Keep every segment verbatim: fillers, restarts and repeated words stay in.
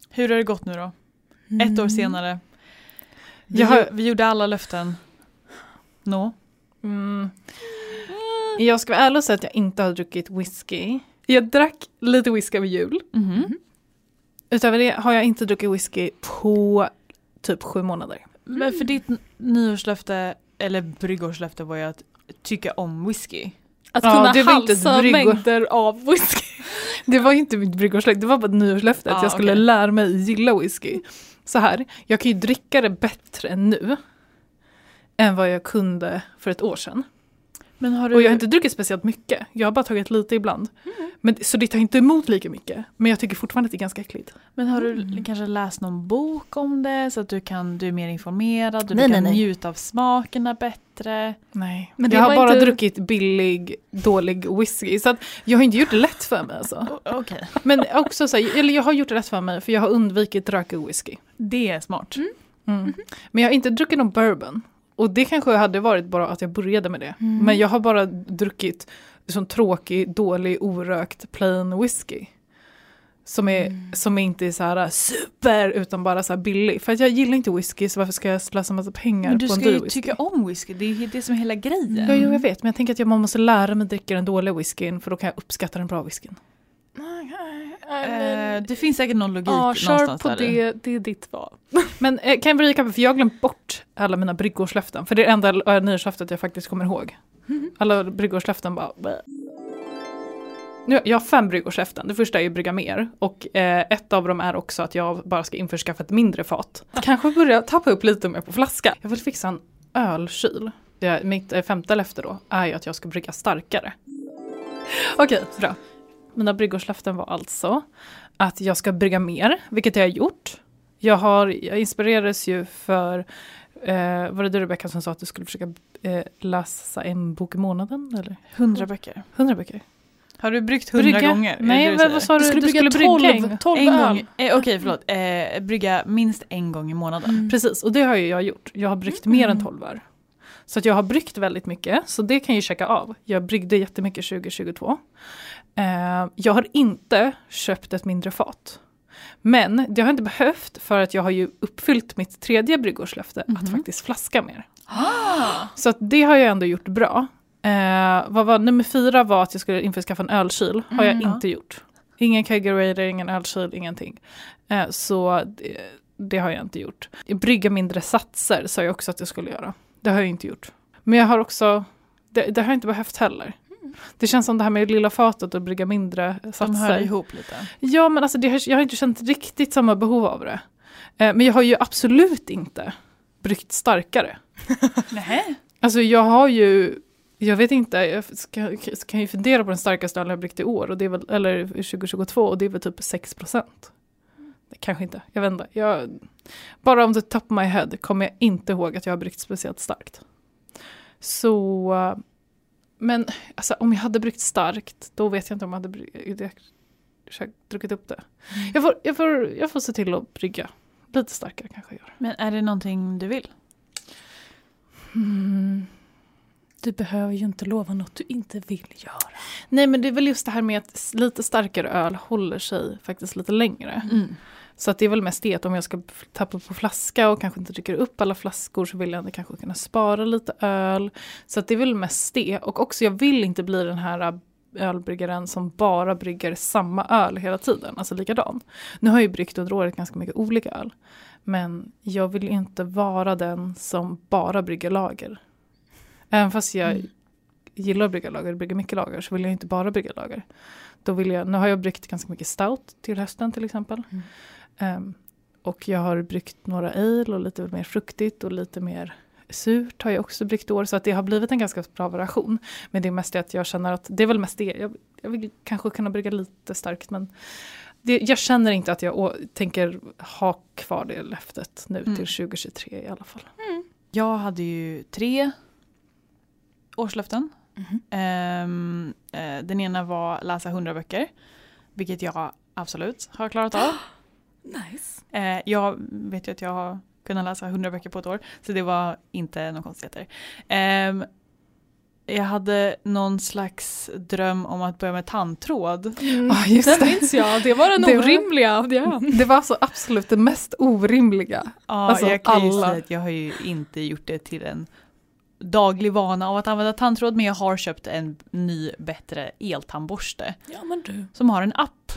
Hur har det gått nu då? Mm. Ett år senare. Vi, Jag har- vi gjorde alla löften. Nå? Mm. Jag ska vara ärlig och säga att jag inte har druckit whisky. Jag drack lite whisky vid jul. Mhm. Utöver det har jag inte druckit whisky på typ sju månader. Men för ditt n- nyårslöfte eller bryggårslöfte var ju att tycka om whisky. Att Ja, kunna det var inte ett halsa brygg- mängder av whisky. Det var ju inte mitt bryggårslöfte, det var bara ett nyårslöfte att Ah, jag skulle okej. lära mig gilla whisky. Så här, jag kan ju dricka det bättre än nu än vad jag kunde för ett år sedan. Men har du... Och jag har inte druckit speciellt mycket, jag har bara tagit lite ibland. Men, så det tar inte emot lika mycket, men jag tycker fortfarande att det är ganska äckligt. Men har du Mm. kanske läst någon bok om det så att du kan du är mer informerad, du Nej, kan nej, nej. njuta av smakerna bättre? Nej, Men det jag har var bara inte- druckit billig, dålig whisky. Så att jag har inte gjort det lätt för mig alltså. O- Okej, Men också så här, eller jag har gjort det rätt för mig för jag har undvikit rökig whisky. det är smart. Mm. Men jag har inte druckit någon bourbon. Och det kanske hade varit bara att jag började med det. Mm. Men jag har bara druckit sån tråkig, dålig, orökt plain whisky. Som, är, Mm. som är inte är så här super utan bara så här billig. För att jag gillar inte whisky så varför ska jag slösa massa pengar Men du på en ska dyr ju whisky? tycka om whisky, det är ju det som är hela grejen. Ja, jo, jag vet. Men jag tänker att jag måste lära mig dricka den dåliga whiskyn för då kan jag uppskatta den bra whiskyn. Eh, det finns säkert någon logik Ja, kör någonstans på där. det, det är ditt val. Men eh, kan jag bryta, för jag har glömt bort alla mina bryggårslöften. För det är det enda äh, nyårslöftet jag faktiskt kommer ihåg. Alla bryggårslöften bara... bleh. Nu, jag har fem bryggårslöften. Det första är att brygga mer. Och eh, ett av dem är också att jag bara ska införskaffa ett mindre fat. Kanske börja tappa upp lite mer på flaska. Jag vill fixa en ölkyl. Det, mitt eh, femte löfte då är ju att jag ska brygga starkare. Okej, så då. Mina bryggårslöften var alltså att jag ska brygga mer, vilket jag har gjort. Jag, har, jag inspirerades ju för, eh, var det du Rebecca som sa att du skulle försöka eh, läsa en bok i månaden? Eller? Hundra böcker. Hundra böcker? Har du bryggt hundra Brygga? gånger? Är det Nej, det du vad, säger? vad sa du? Du skulle Du brygga skulle brygga tolv, en- tolv En öl. gång, eh, okej förlåt, eh, brygga minst en gång i månaden. Precis, och det har ju jag gjort. Jag har bryggt mer än tolv år. Så att jag har bryggt väldigt mycket, så det kan jag ju checka av. Jag bryggde jättemycket tjugo tjugotvå. Eh, jag har inte köpt ett mindre fat. Men det har inte behövt för att jag har ju uppfyllt mitt tredje bryggårslöfte att faktiskt flaska mer. Ah. Så att det har jag ändå gjort bra. Eh, vad var, nummer fyra var att jag skulle införskaffa en ölkyl. Har jag Mm. inte gjort. Ingen kegerator, ingen ölkyl, ingenting. Eh, så det, det har jag inte gjort. Brygga mindre satser sa jag också att jag skulle göra. Det har jag inte gjort. Men jag har också, det, det har jag inte behövt heller. Det känns som det här med lilla fatet och brygga mindre De hör satser. ihop lite. Ja, men alltså det har, jag har inte känt riktigt samma behov av det. Eh, men jag har ju absolut inte bryggt starkare. Nej. Alltså jag har ju, jag vet inte, jag ska, kan ju fundera på den starkaste ölen jag bryggt i år, och det är väl, eller tjugo tjugotvå, och det är väl typ sex procent. Kanske inte, jag vet inte. Jag, bara om the top of my head kommer jag inte ihåg att jag har bryggt speciellt starkt. Så, men alltså, om jag hade bryggt starkt, då vet jag inte om jag hade bryggt, jag, druckit upp det. Jag får, jag, får, jag får se till att brygga lite starkare kanske jag gör. Men är det någonting du vill? Mm. Du behöver ju inte lova något du inte vill göra. Nej, men det är väl just det här med att lite starkare öl håller sig faktiskt lite längre. Mm. Så att det är väl mest det att om jag ska tappa på flaska och kanske inte dricker upp alla flaskor, så vill jag ändå kanske kunna spara lite öl. Så att det är väl mest det. Och också jag vill inte bli den här ölbryggaren som bara brygger samma öl hela tiden. Alltså likadan. Nu har jag ju bryggt under året ganska mycket olika öl. Men jag vill inte vara den som bara brygger lager. Även fast jag mm. gillar att brygga lager, brygger mycket lager, så vill jag inte bara brygga lager. Då vill jag, nu har jag bryggt ganska mycket stout till hösten till exempel. Mm. Um, och jag har bryggt några ale och lite mer fruktigt och lite mer surt har jag också bryggt år. Så att det har blivit en ganska bra variation. Men det är mest det att jag känner att det är väl mest det. Jag, jag vill kanske kunna brygga lite starkt, men det, jag känner inte att jag å, tänker ha kvar det löftet nu mm. till tjugo tjugotre i alla fall. Mm. Jag hade ju tre årslöften. Mm-hmm. Um, uh, den ena var läsa hundra böcker, vilket jag absolut har klarat av. Nice. Uh, jag vet ju att jag har kunnat läsa hundra böcker på ett år, så det var inte någon konstigheter. Um, jag hade någon slags dröm om att börja med tandtråd. Mm. Ah, just Den det. minns jag, det var den Det var- orimliga. Ja. Det var så absolut det mest orimliga. Ja, Alltså, jag kan ju alla. säga att jag har ju inte gjort det till en daglig vana av att använda tandtråd, men jag har köpt en ny bättre eltandborste Ja, men du. som har en app.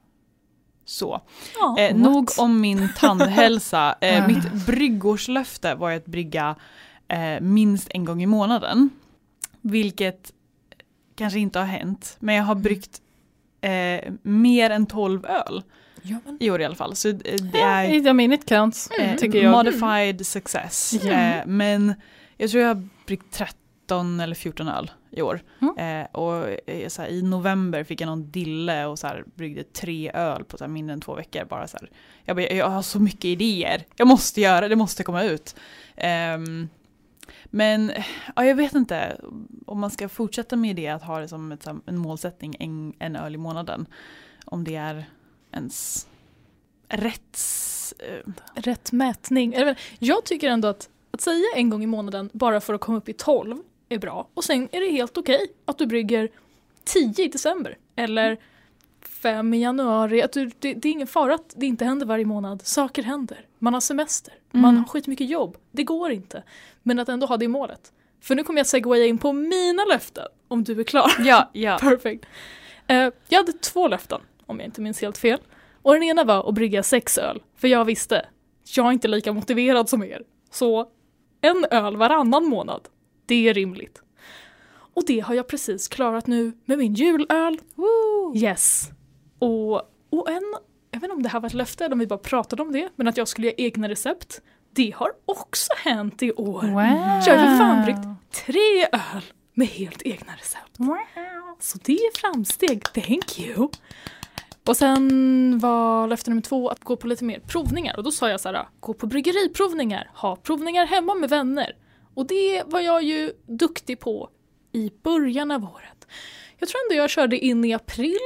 Så. Ja. Eh, nog om min tandhälsa. Eh, Ah. mitt bryggårslöfte var ju att brygga eh, minst en gång i månaden. Vilket kanske inte har hänt. Men jag har bryggt eh, mer än tolv öl Ja, men. i år i alla fall. Så eh, det är I mean it counts, eh, tycker jag. modified success. Mm. Eh, men jag tror jag har bryggt tretton eller fjorton öl i år. Mm. Eh, och eh, så här, i november fick jag någon dille och så här, bryggde tre öl på så här, mindre än två veckor. Bara, så här. Jag, bara, jag har så mycket idéer. Jag måste göra det, måste komma ut. Um, men ja, jag vet inte om man ska fortsätta med det att ha det som ett, en målsättning en, en öl i månaden. Om det är ens rätts... Uh, Rätt mätning. Eller, jag tycker ändå att, att säga en gång i månaden bara för att komma upp i tolv är bra. Och sen är det helt okej att du brygger tio i december. Eller fem i januari. Att du, det, det är ingen fara att det inte händer varje månad. Saker händer. Man har semester. Man Mm. har skitmycket jobb. Det går inte. Men att ändå ha det målet. För nu kommer jag segwaya in på mina löften. Om du är klar. ja, ja. Perfekt. Uh, jag hade två löften, om jag inte minns helt fel. Och den ena var att brygga sex öl. För jag visste, jag är inte lika motiverad som er. Så en öl varannan månad, det är rimligt. Och det har jag precis klarat nu med min julöl. Woo! Yes. Och, och en, jag vet inte om det här var ett löfte eller om vi bara pratade om det, men att jag skulle ge egna recept. Det har också hänt i år. Wow. Så jag har för fan bryggt tre öl med helt egna recept. Wow. Så det är framsteg, thank you. Och sen var löfte nummer två att gå på lite mer provningar. Och då sa jag så här, gå på bryggeriprovningar, ha provningar hemma med vänner. Och det var jag ju duktig på i början av året. Jag tror ändå jag körde in i april.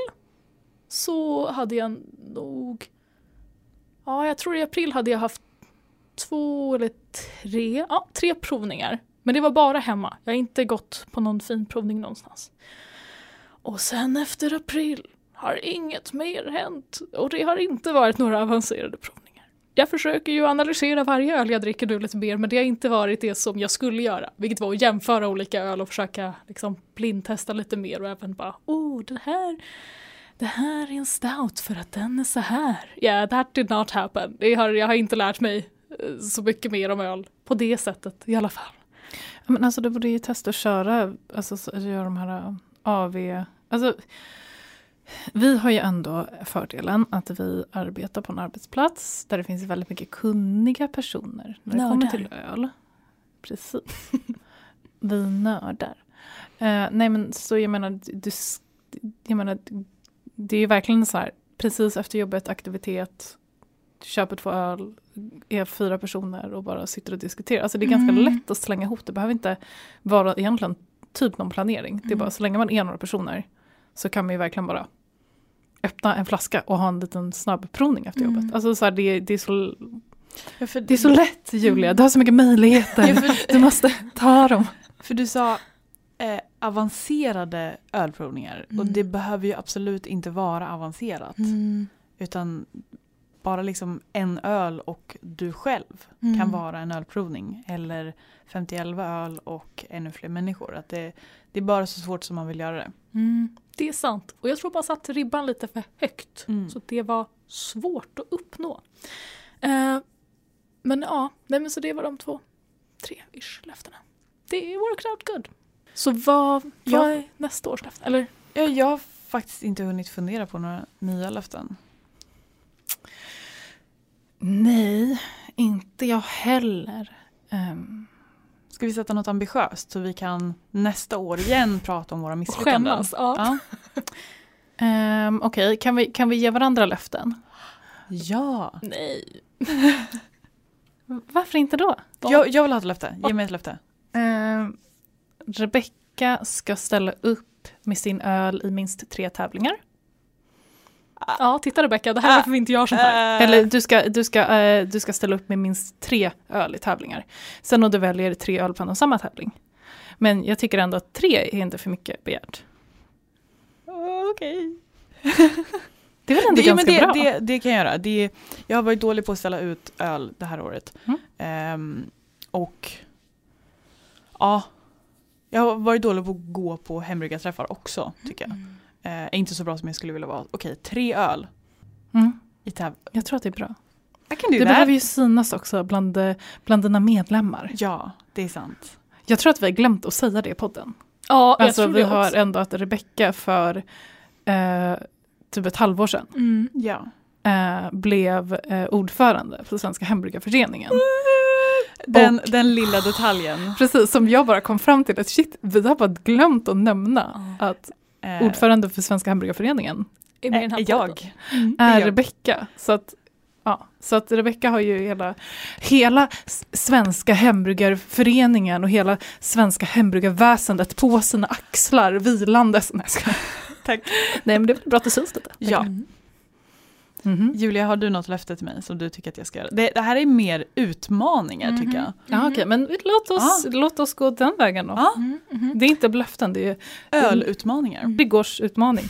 Så hade jag nog... Ja, jag tror i april hade jag haft två eller tre, ja, tre provningar. Men det var bara hemma. Jag har inte gått på någon fin provning någonstans. Och sen efter april har inget mer hänt. Och det har inte varit några avancerade provningar. Jag försöker ju analysera varje öl jag dricker nu lite mer. Men det har inte varit det som jag skulle göra. Vilket var att jämföra olika öl och försöka liksom blindtesta lite mer. Och även bara, oh, det här, det här är en stout för att den är så här. Yeah, that did not happen. Det har, jag har inte lärt mig så mycket mer om öl på det sättet i alla fall. Men alltså du borde ju testa att köra, alltså så- göra de här A V. Alltså vi har ju ändå fördelen att vi arbetar på en arbetsplats där det finns väldigt mycket kunniga personer när det Nördar. kommer till öl. Precis. Vi nördar. Uh, nej men så jag menar, du, jag menar det är ju verkligen så här precis efter jobbet, aktivitet, köper två öl, är fyra personer och bara sitter och diskuterar. Alltså det är ganska Mm. lätt att slänga ihop. Det behöver inte vara egentligen typ någon planering. Det är Mm. bara så länge man är några personer så kan man ju verkligen bara öppna en flaska och ha en liten snabb provning efter Mm. jobbet. Alltså så här, det, det, är så, Ja, för, det är så lätt, Julia. Du har så mycket möjligheter. Ja, för, Du måste ta dem. för du sa eh, avancerade ölprovningar. Mm. Och det behöver ju absolut inte vara avancerat. Utan bara liksom en öl och du själv Mm. kan vara en ölprovning. Eller femtioelva öl och ännu fler människor. Att det, det är bara så svårt som man vill göra det. Mm, det är sant. Och jag tror man satt ribban lite för högt. Mm. Så det var svårt att uppnå. Eh, men ja, nej, men så det var de två, tre-ish löftena. Det worked out good. Så vad, vad Ja. är nästa års löften? Eller? Ja, jag har faktiskt inte hunnit fundera på några nya löften. Nej, inte jag heller. Um, Ska vi sätta något ambitiöst så vi kan nästa år igen prata om våra misslyckanden? Skämmas, ja. Ja. um, Okej, okay. kan, vi, kan vi ge varandra löften? Ja. Nej. Varför inte då? Jag, jag vill ha ett löfte. Ge mig ett löfte. Um, Rebecca ska ställa upp med sin öl i minst tre tävlingar. Ja, titta Rebecca, det här är varför inte jag sånt här. Eller du ska, du, ska, eh, du ska ställa upp med minst tre öl i tävlingar. Sen om du väljer tre öl på en och samma tävling. Men jag tycker ändå att tre är inte för mycket begärt. Oh, okej. Det är väl ändå Det, ganska men det, bra. det, det kan jag göra. Det, jag har varit dålig på att ställa ut öl det här året. Mm. Ehm, och ja, jag har varit dålig på att gå på hembryggarträffar också, tycker jag. Mm. Eh, inte så bra som jag skulle vilja vara. Okej, tre öl Mm. i täv. Jag tror att det är bra. I can do Det that. behöver ju synas också bland, eh, bland dina medlemmar. Ja, det är sant. Jag tror att vi har glömt att säga det i podden. Ja, jag Alltså tror vi det har också. ändå att Rebecca för eh, typ ett halvår sedan Mm. Ja. eh, blev eh, ordförande för Svenska hembryggarföreningen. Den, Och- den lilla detaljen. Precis, som jag bara kom fram till att shit, vi har bara glömt att nämna Ja. att Eh, ordförande för Svenska hembryggarföreningen Är med i den här är podden. jag. Mm. är jag. Rebecca. Så att, ja, så att Rebecca har ju hela, hela s- Svenska hembryggarföreningen och hela Svenska hembryggarväsendet på sina axlar vilandes. Nej, jag skojar. Tack. Nej, men det är väl bra att det syns lite. Ja. Mm. Mhm. Julia, har du något löfte till mig som du tycker att jag ska göra? Det, det här är mer utmaningar, tycker jag. Ja, okej, men låt oss, låt oss gå den vägen då. Ja. Mm. Mhm. Det är inte löften, det är Ölutmaningar. bryggårdsutmaning.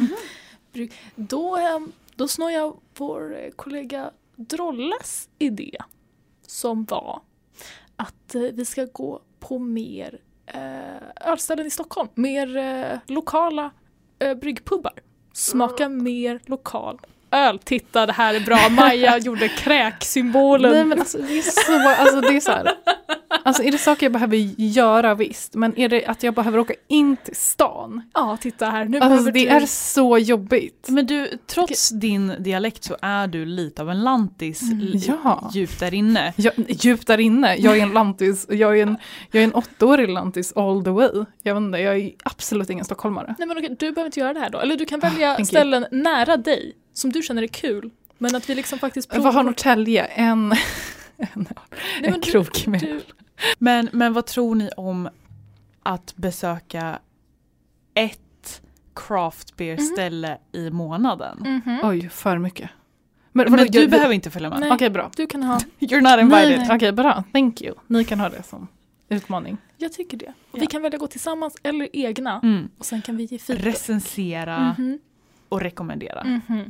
Då, eh, då snor jag vår eh, kollega Drolles idé som var att eh, vi ska gå på mer eh, ölställen i Stockholm. Mer eh, lokala eh, bryggpubbar. Smaka mer lokal öl. Titta, det här är bra. Maja gjorde kräksymbolen. Nej, men alltså det är så, alltså det är så här. Alltså är det saker jag behöver göra, visst. Men är det att jag behöver åka in till stan? Ja, titta här. Nu Alltså behöver det du... är så jobbigt. Men du, trots din dialekt så är du lite av en lantis Mm. l- Ja. djupt där inne. Jag, djupt där inne, jag är en lantis, jag är en, jag är en åttaårig lantis all the way. Jag vet inte, jag är absolut ingen stockholmare. Nej, men okej, du behöver inte göra det här då. Eller du kan välja thank you. ställen nära dig som du känner är kul. Men att vi liksom faktiskt Vad har Norrtälje? En, en, Nej, en men du- krok med. du, Men, men vad tror ni om att besöka ett craft beer ställe i månaden? Mhm. Oj, för mycket. Men, Men vadå, du jag- behöver inte följa med. Nej. Okej, bra. du kan ha... You're not Nej, invited. Okej, bra. Thank you. Ni kan ha det som utmaning. Jag tycker det. Och Ja. vi kan välja gå tillsammans eller egna. Mm. Och sen kan vi ge feedback. Recensera Mhm. och rekommendera. Mhm.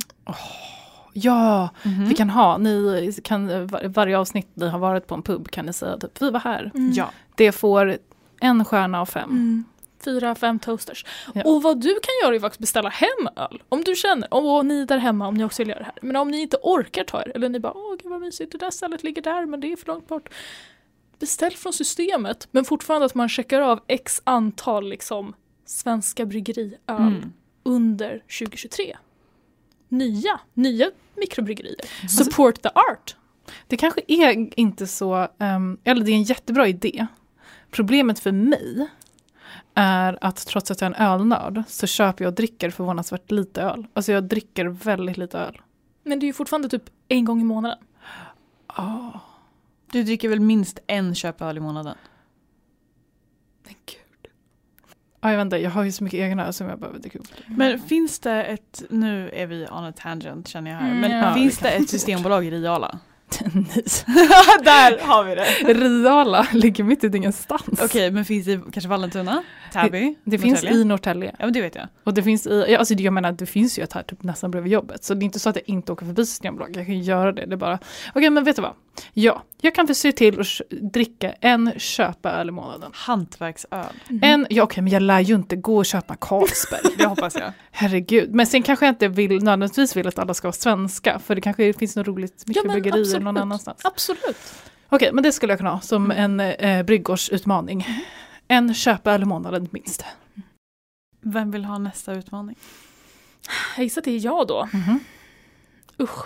Ja, Mhm. vi kan ha. Ni kan, var, varje avsnitt ni har varit på en pub kan ni säga typ, vi var här. Mm. Ja. Det får en stjärna av fem. Mm. Fyra, fem toasters. Ja. Och vad du kan göra är faktiskt beställa hem öl. Om du känner, och, och ni där hemma om ni också vill göra det här. Men om ni inte orkar ta er, eller ni bara, åh gud vad mysigt, det där stället ligger där men det är för långt bort. Beställ från systemet, men fortfarande att man checkar av x antal liksom svenska bryggeriöl Mm. under tjugohundratjugotre. Nya, nya mikrobryggerier. Support the art. Det kanske är inte så, um, eller det är en jättebra idé. Problemet för mig är att trots att jag är en ölnörd så köper jag och dricker förvånansvärt lite öl. Alltså jag dricker väldigt lite öl. Men det är ju fortfarande typ en gång i månaden. Oh. Du dricker väl minst en köpöl i månaden? Men gud. Ja, jag vet inte, jag har ju så mycket egna öl som jag behöver dricka upp. Men finns det ett, nu är vi on a tangent känner jag här, Mm, men ja, finns det det ett systembolag i Riala? Nej. Där har vi det! Riala ligger mitt i ingenstans. Okej, men finns det kanske Vallentuna? Täby? Det finns Norrtälje? i Norrtälje. Ja, men det vet jag. Och det finns i, ja, alltså jag menar det finns ju ett här typ nästan bredvid jobbet. Så det är inte så att jag inte åker förbi Systembolag. Jag kan ju göra det. Det är bara, okej men vet du vad? Ja, jag kan få se till att sh- dricka en köpa öl i månaden. Hantverksöl. En, ja okej men jag lär ju inte gå och köpa Carlsberg. Det hoppas jag. Herregud. Men sen kanske jag inte vill, nödvändigtvis vill att alla ska vara svenska. För det kanske finns något roligt Ja, men mikrobryggeri absolut. någon annanstans. Absolut. Okej, men det skulle jag kunna ha som en eh, bryggårdsutmaning. En köpa öl i månaden minst. Vem vill ha nästa utmaning? Jag gissar att det är jag då. Mhm. Usch.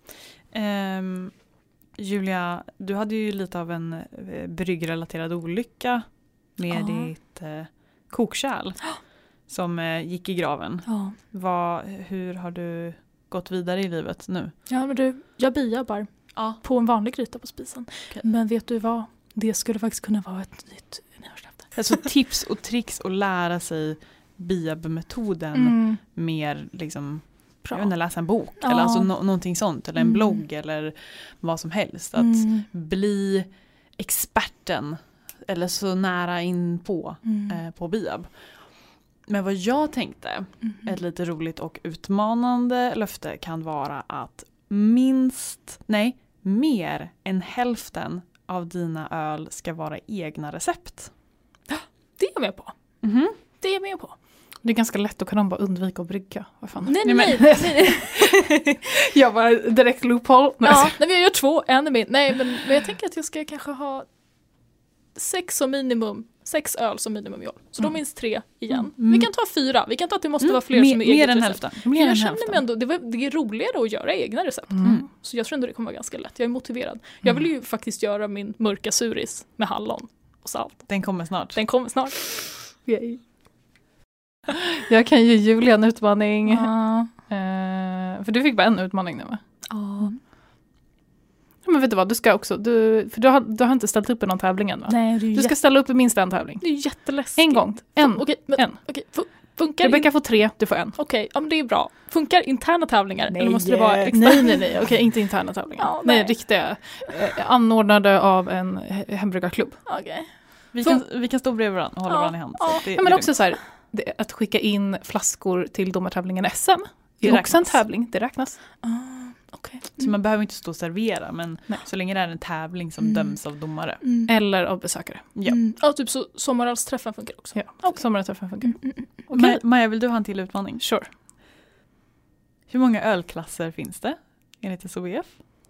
Ehm, Julia, du hade ju lite av en eh, bryggrelaterad olycka med Ja. ditt eh, kokkärl som eh, gick i graven. Ja. Vad, hur har du gått vidare i livet nu? Ja men du, jag biabbar Ja. på en vanlig gryta på spisen. Okej. Men vet du vad? Det skulle faktiskt kunna vara ett nytt nyårslöfte. Alltså tips och tricks att lära sig biab-metoden Mm. mer liksom, jag Bra. vet inte, läsa en bok Ja. eller alltså no- någonting sånt eller en Mm. blogg eller vad som helst. Att Mm. bli experten eller så nära in på, Mm. eh, på Biab. Men vad jag tänkte, Mm. ett lite roligt och utmanande löfte kan vara att minst, nej, mer än hälften av dina öl ska vara egna recept. Det är jag med på. Mm-hmm. Det är jag med på. Det är ganska lätt att kan bara undvika att brygga. Vad fan? Nej, nej, Nej, nej. nej, nej. Jag bara direkt loophole. Nej. Ja, nej, men jag gör två, en är min. Nej, men, men jag tänker att jag ska kanske ha sex som minimum. Sex öl som minimum i år. Så då Mm. minst tre igen. Mm. Vi kan ta fyra. Vi kan ta att det måste Mm. vara fler mer, som är mer eget än recept. hälften. För Mer jag än känner hälften. mig ändå, det, var, det är roligare att göra egna recept. Mm. Så jag tror ändå det kommer vara ganska lätt. Jag är motiverad. Jag vill ju faktiskt göra min mörka suris med hallon och salt. Den kommer snart. Den kommer snart. Yay. Jag kan ge Julia en utmaning. Ja. Eh, för du fick bara en utmaning nu va? Ja. Ja, men vet du vad, du ska också, du, för du har, du har inte ställt upp i någon tävling än va? Nej, det är ju Du ska jätte, ställa upp i minst en tävling. det är jätteläskigt. En gång. En. Okej, men, En. okej, fu- funkar in- Rebecka får tre, du får en. Okej, ja, men det är bra. Funkar interna tävlingar? Nej. Eller måste det vara extra? Nej, nej, nej. Okej, inte interna tävlingar. Ja, nej. nej. riktiga. Eh, anordnade av en he- hembryggarklubb. Okej. Vi kan, vi kan stå bredvid varandra och hålla Ja, varandra i hand. ja. Så det, Ja, men det är också så här, det, att skicka in flaskor till domartävlingen S M. Det Det är också en räknas. tävling, det räknas. Ah, okej. lugnt. Så man behöver inte stå och servera, men Nej. så länge det är en tävling som Mm. döms av domare. Mm. Eller av besökare. Ja. Mm. Ja, typ så sommaralsträffen funkar också. Ja, Okej. sommarträffen funkar. Mm, mm, mm. Okej, Ma- Maja, vill du ha en till utmaning? sure. Hur många ölklasser finns det enligt S O B F?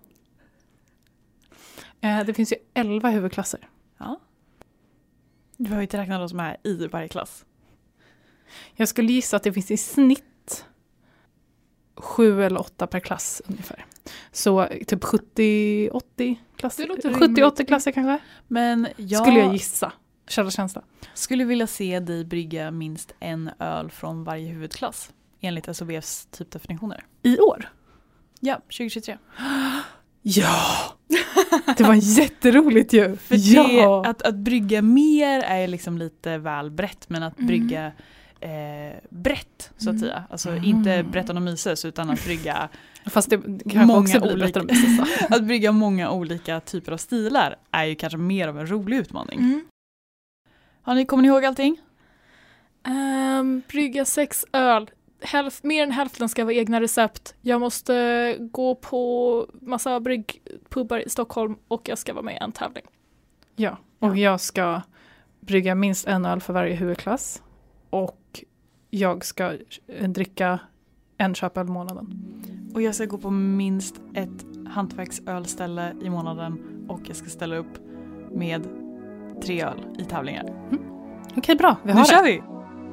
Eh, det finns ju elva huvudklasser. Ja. Du behöver inte räkna de som är i varje klass. Jag skulle gissa att det finns i snitt sju eller åtta per klass ungefär. Så typ sjuttio åttio klasser. Det låter sjuttio åttio rimligt. klasser kanske. Men jag Skulle jag gissa. Källa känsla. skulle vilja se dig brygga minst en öl från varje huvudklass enligt S O B Fs typdefinitioner. I år? Ja, tjugohundratjugotre. Ja! Det var jätteroligt ju. För ja! det, att, att brygga mer är liksom lite väl brett, men att Mm. brygga eh, brett så att Mm. säga. Alltså Mm. inte brett och myses, utan att brygga Fast det kanske många också blir olika- bättre med Sissa. att brygga många olika typer av stilar är ju kanske mer av en rolig utmaning. Mm. Har ni, kommer ni ihåg allting? Ehm, brygga sex öl. Hälf, mer än hälften ska vara egna recept. Jag måste gå på massa bryggpubbar i Stockholm och jag ska vara med i en tävling. Ja, och jag ska brygga minst en öl för varje huvudklass. Och jag ska eh, dricka en köpöl i månaden. Och jag ska gå på minst ett hantverksölställe i månaden och jag ska ställa upp med tre öl i tävlingar. Okej, bra. Vi Nu har kör det. vi!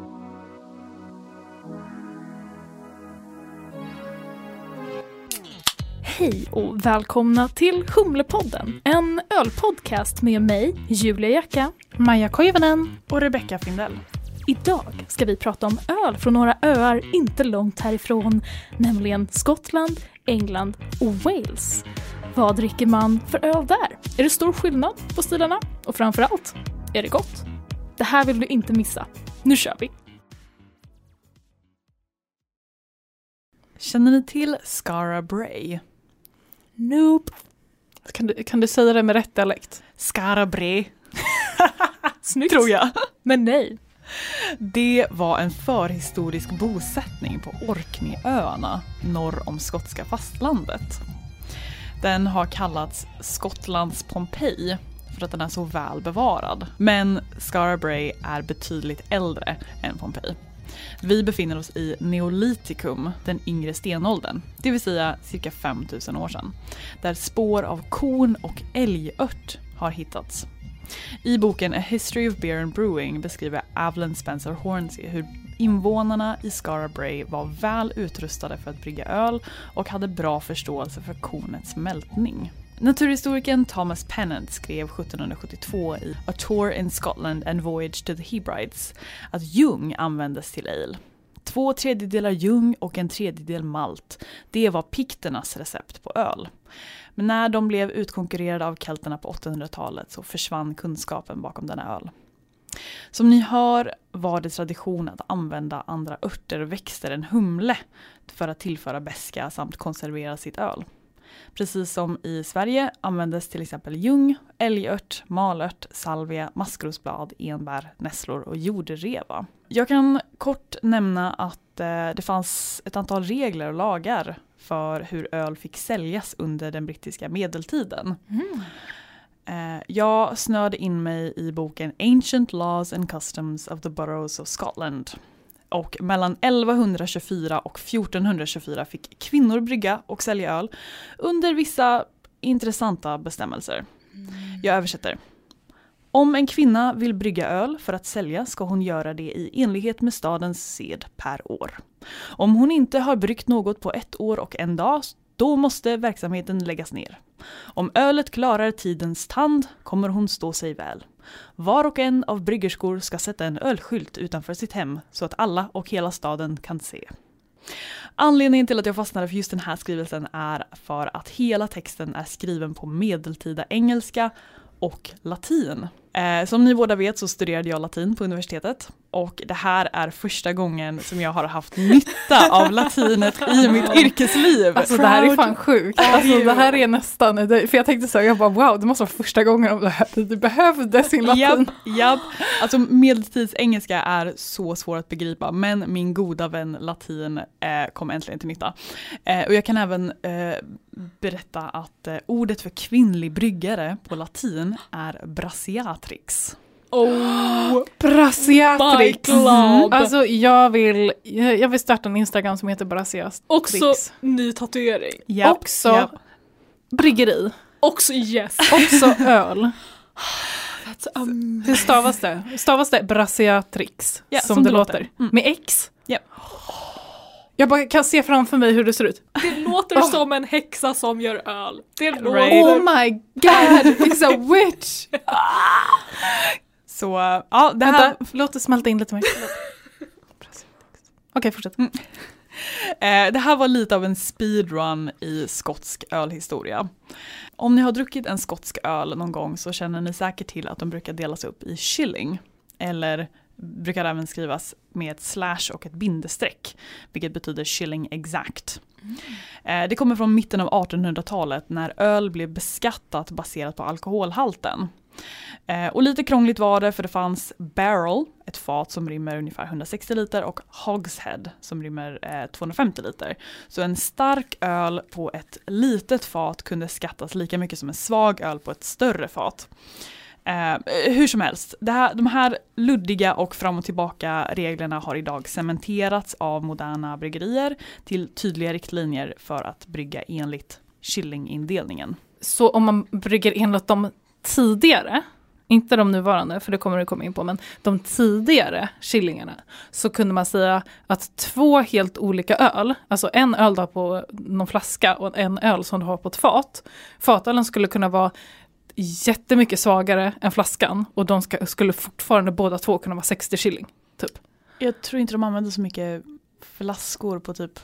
Hej och välkomna till Humlepodden, en ölpodcast med mig, Julia Jacka. Maja Koivunen. Och Rebecka Findell. Idag ska vi prata om öl från några öar inte långt härifrån, nämligen Skottland, England och Wales. Vad dricker man för öl där? Är det stor skillnad på stilarna? Och framförallt, är det gott? Det här vill du inte missa. Nu kör vi! Känner ni till Skara Brae? Nope. Kan du, kan du säga det med rätt dialekt? Skara Brae, Snyggt. tror jag. Men nej. Det var en förhistorisk bosättning på Orkneyöarna norr om skotska fastlandet. Den har kallats Skottlands Pompeji för att den är så väl bevarad. Men Skara Brae är betydligt äldre än Pompeji. Vi befinner oss i Neolitikum, den yngre stenåldern, det vill säga cirka fem tusen år sedan, där spår av korn och älgört har hittats. I boken A History of Beer and Brewing beskriver Evelyn Spencer Hornsey hur invånarna i Skara Brae var väl utrustade för att brygga öl och hade bra förståelse för kornets mältning. Naturhistorikern Thomas Pennant skrev sjuttonhundrasjuttiotvå i A Tour in Scotland and Voyage to the Hebrides att ljung användes till ale. Två tredjedelar ljung och en tredjedel malt. Det var pikternas recept på öl. Men när de blev utkonkurrerade av kelterna på åttahundratalet så försvann kunskapen bakom denna öl. Som ni hör var det tradition att använda andra örter och växter än humle för att tillföra beska samt konservera sitt öl. Precis som i Sverige användes till exempel ljung, älgört, malört, salvia, maskrosblad, enbär, nässlor och jordreva. Jag kan kort nämna att eh, det fanns ett antal regler och lagar för hur öl fick säljas under den brittiska medeltiden. Mm. Eh, jag snöade in mig i boken Ancient Laws and Customs of the Boroughs of Scotland. Och mellan elva tjugofyra och fjorton tjugofyra fick kvinnor brygga och sälja öl under vissa intressanta bestämmelser. Mm. Jag översätter. Om en kvinna vill brygga öl för att sälja ska hon göra det i enlighet med stadens sed per år. Om hon inte har bryggt något på ett år och en dag, då måste verksamheten läggas ner. Om ölet klarar tidens tand kommer hon stå sig väl. Var och en av bryggerskor ska sätta en ölskylt utanför sitt hem så att alla och hela staden kan se. Anledningen till att jag fastnade för just den här skrivelsen är för att hela texten är skriven på medeltida engelska och latin. Eh, som ni båda vet så studerade jag latin på universitetet och det här är första gången som jag har haft nytta av latinet i mitt yrkesliv. Alltså det här är fan sjukt. Alltså det här är nästan, för jag tänkte så jag bara wow, det måste vara första gången om det här, det behövdes sin latin. Japp, japp. Alltså medeltids engelska är så svår att begripa, men min goda vän latin eh, kom äntligen till nytta. Eh, och jag kan även eh, berätta att eh, ordet för kvinnlig bryggare på latin är brassiatrix. Oh, brassiatrix. Mm. Alltså jag vill jag vill starta en Instagram som heter brassiatrix. Också ny tatuering. Yep. Också yep. Bryggeri. Också yes. Också öl. Hur stavas det? Stavas det brassiatrix yeah, som, som det låter? låter. Mm. Med X? Ja. Yep. Jag bara kan se framför mig hur det ser ut. Det låter oh. som en häxa som gör öl. Det låter... Oh my god, it's a witch! Så, ja, det här... Vänta, låt det smälta in lite mer. Okej, okay, fortsätt. Mm. Eh, det här var lite av en speedrun i skotsk ölhistoria. Om ni har druckit en skotsk öl någon gång så känner ni säkert till att de brukar delas upp i shilling. Eller brukar även skrivas med ett slash och ett bindestreck, vilket betyder shilling exact. Mm. Eh, det kommer från mitten av artonhundratalet när öl blev beskattat baserat på alkoholhalten. Eh, och lite krångligt var det för det fanns barrel, ett fat som rymmer ungefär hundrasextio liter och hogshead som rymmer eh, tvåhundrafemtio liter. Så en stark öl på ett litet fat kunde skattas lika mycket som en svag öl på ett större fat. Eh, hur som helst, det här, de här luddiga och fram och tillbaka reglerna har idag cementerats av moderna bryggerier till tydliga riktlinjer för att brygga enligt shillingindelningen. Så om man brygger enligt de tidigare, inte de nuvarande för det kommer du komma in på, men de tidigare shillingarna, så kunde man säga att två helt olika öl, alltså en öl då på någon flaska och en öl som du har på ett fat, fatölen skulle kunna vara jättemycket svagare än flaskan och de ska, skulle fortfarande båda två kunna vara sextio shilling typ. Jag tror inte de använder så mycket flaskor på typ.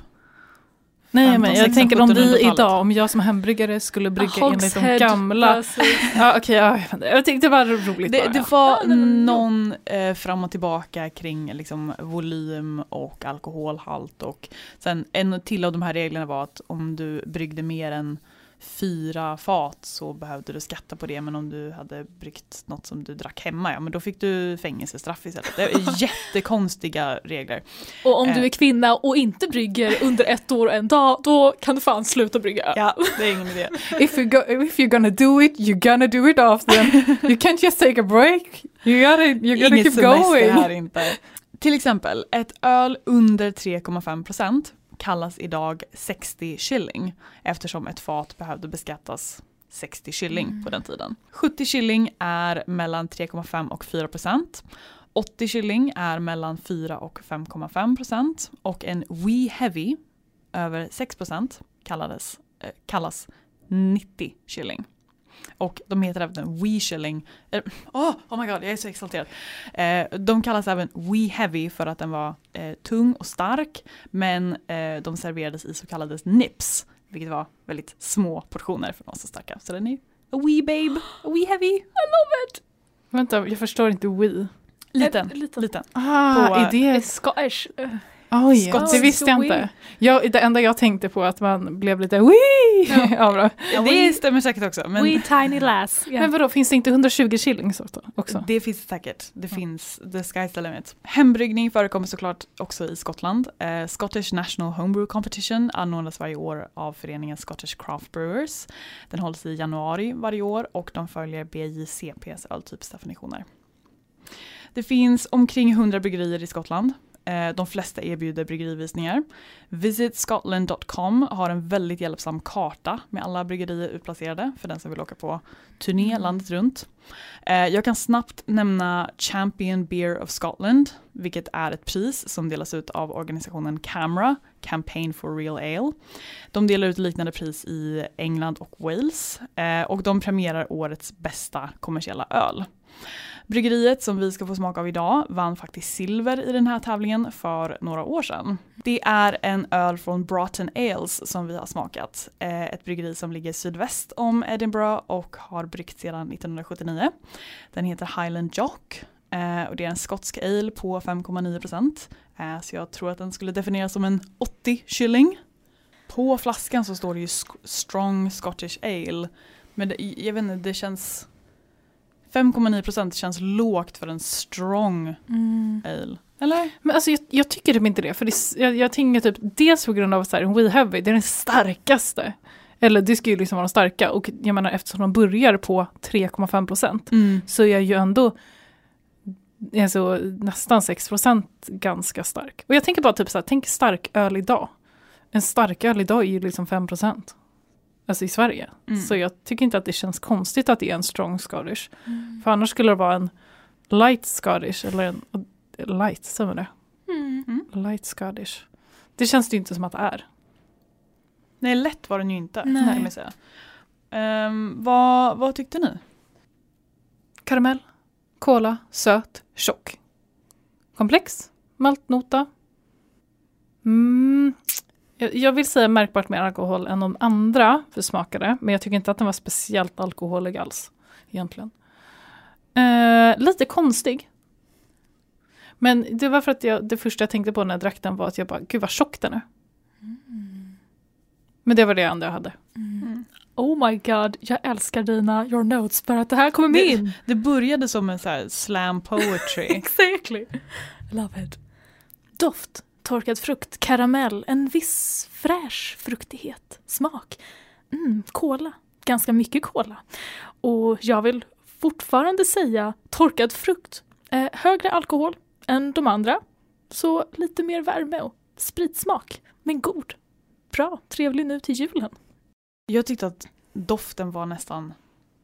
Nej, men jag tänker om vi idag, om jag som hembryggare skulle brygga enligt de gamla. Ja, okej, okay, ja, jag, jag tyckte det var roligt. Det, det var ja, någon eh, fram och tillbaka kring liksom, volym och alkoholhalt. Och sen en till av de här reglerna var att om du bryggde mer än fyra fat så behövde du skatta på det, men om du hade bryggt något som du drack hemma, ja, men då fick du fängelsestraff istället. Det är jättekonstiga regler. Och om du är kvinna och inte brygger under ett år och en dag, då kan du fan sluta brygga. Ja, det är ingen idé. If, you go, if you're gonna do it, you're gonna do it often. You can't just take a break. You gotta, you gotta Inget keep going. Här inte. Till exempel, ett öl under tre komma fem procent kallas idag sextio shilling eftersom ett fat behövde beskattas sextio shilling mm. på den tiden. sjuttio shilling är mellan tre komma fem och fyra procent. åttio shilling är mellan fyra och fem komma fem procent och en wee heavy över sex procent kallades, eh, kallas nittio shilling. Och de heter även wee shilling. Eh, oh, oh my god, jag är så exalterad. Eh, de kallas även wee heavy för att den var eh, tung och stark. Men eh, de serverades i så kallade nips. Vilket var väldigt små portioner för de så starka. Så den är a wee babe, a wee heavy. I love it! Vänta, jag förstår inte wee. Liten, liten. liten. Ah, på, är det Scottish? Oj, Skotsk- det visste jag inte. Jag, det enda jag tänkte på att man blev lite wee! Ja. av det. Ja, det stämmer säkert också. Men We tiny lass. Yeah. Men vadå, finns det inte hundratjugo shillings också? det finns säkert. Det Ja. finns the sky's the limit. Hembryggning förekommer såklart också i Skottland. Eh, Scottish National Homebrew Competition anordnas varje år av föreningen Scottish Craft Brewers. Den hålls i januari varje år och de följer B J C P:s öltypsdefinitioner. Det finns omkring hundra bryggerier i Skottland. De flesta erbjuder bryggerivisningar. Visit Scotland dot com har en väldigt hjälpsam karta med alla bryggerier utplacerade för den som vill åka på turné landet runt. Jag kan snabbt nämna Champion Beer of Scotland, vilket är ett pris som delas ut av organisationen CAMRA, Campaign for Real Ale. De delar ut liknande pris i England och Wales och de premierar årets bästa kommersiella öl. Bryggeriet som vi ska få smaka av idag vann faktiskt silver i den här tävlingen för några år sedan. Det är en öl från Broughton Ales som vi har smakat. Ett bryggeri som ligger sydväst om Edinburgh och har bryggt sedan nittonhundrasjuttionio. Den heter Highland Jock och det är en skotsk ale på fem komma nio procent. Så jag tror att den skulle definieras som en åttio shilling. På flaskan så står det ju Strong Scottish Ale. Men det, jag vet inte, det känns... fem komma nio procent känns lågt för en strong Mm. ale. Eller? Men alltså jag, jag tycker typ inte det. För det, jag, jag tänker typ dels på grund av att We Heavy, det är den starkaste. Eller det ska ju liksom vara den starka. Och jag menar eftersom de börjar på tre komma fem procent Mm. så är ju ändå alltså, nästan sex procent ganska stark. Och jag tänker bara typ så här, tänk stark öl idag. En stark öl idag är ju liksom fem procent. Alltså i Sverige. Mm. Så jag tycker inte att det känns konstigt att det är en strong Scottish. Mm. För annars skulle det vara en light Scottish eller en light, säger det? Mm. Mm. Light Scottish. Det känns det inte som att det är. Nej, lätt var den ju inte. Nej. Kan man säga. Um, vad, vad tyckte ni? Karamell, kola, söt, tjock. Komplex, maltnota. Mm. Jag, jag vill säga märkbart mer alkohol än de andra för smakade. Men jag tycker inte att den var speciellt alkoholig alls. Egentligen. Eh, lite konstig. Men det var för att jag, det första jag tänkte på när jag drack den var att jag bara, gud vad tjock den är. Mm. Men det var det enda jag hade. Mm. Oh my god, jag älskar dina your notes för att det här kommer med in. Det, det började som en så här slam poetry. Exactly. Love it. Doft, torkad frukt, karamell, en viss fräsch fruktighet, smak. Mm, kola, ganska mycket kola. Och jag vill fortfarande säga torkad frukt. Eh, högre alkohol än de andra. Så lite mer värme och spritsmak. Men god. Bra, trevlig nu till julen. Jag tyckte att doften var nästan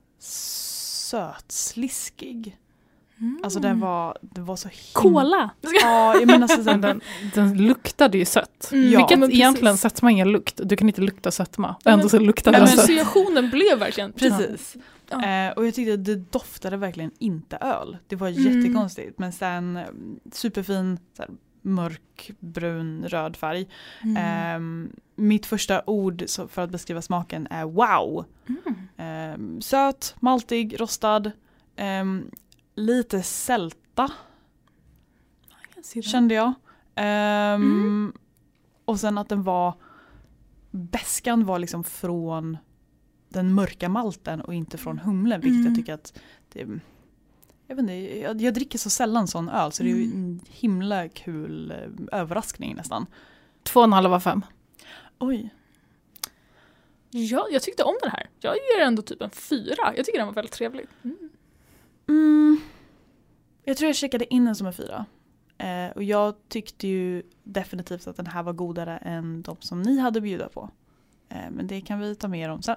sötsliskig. Mm. Alltså den var, det var så himla... Kola! Ja, jag menar så Men den, den luktade ju sött. Mm, Ja, Vilket men egentligen precis. sötma ingen lukt. Du kan inte lukta sötma. Men- Ändå så luktar Men den sött. associationen blev verkligen... Precis. Ja. Eh, och jag tyckte att det doftade verkligen inte öl. Det var Mm. jättekonstigt. Men sen eh, superfin så här, mörkbrun röd färg. Mm. Eh, mitt första ord så, för att beskriva smaken är wow. Mm. Eh, söt, maltig, rostad. Eh, lite sälta Jag kan se det. kände jag. Ehm, Mm. Och sen att den var beskan var liksom från den mörka malten och inte från humlen, vilket Mm. jag tycker att det, jag vet inte, jag, jag dricker så sällan sån öl så det är ju en himla kul eh, överraskning nästan. Två och en halv av fem. Oj. Ja, jag tyckte om den här. Jag ger ändå typ en fyra. Jag tycker den var väldigt trevlig. Mm. Mm. Jag tror jag checkade in den som en fyra. Eh, och jag tyckte ju definitivt att den här var godare än de som ni hade bjuda på. Eh, men det kan vi ta mer om sen.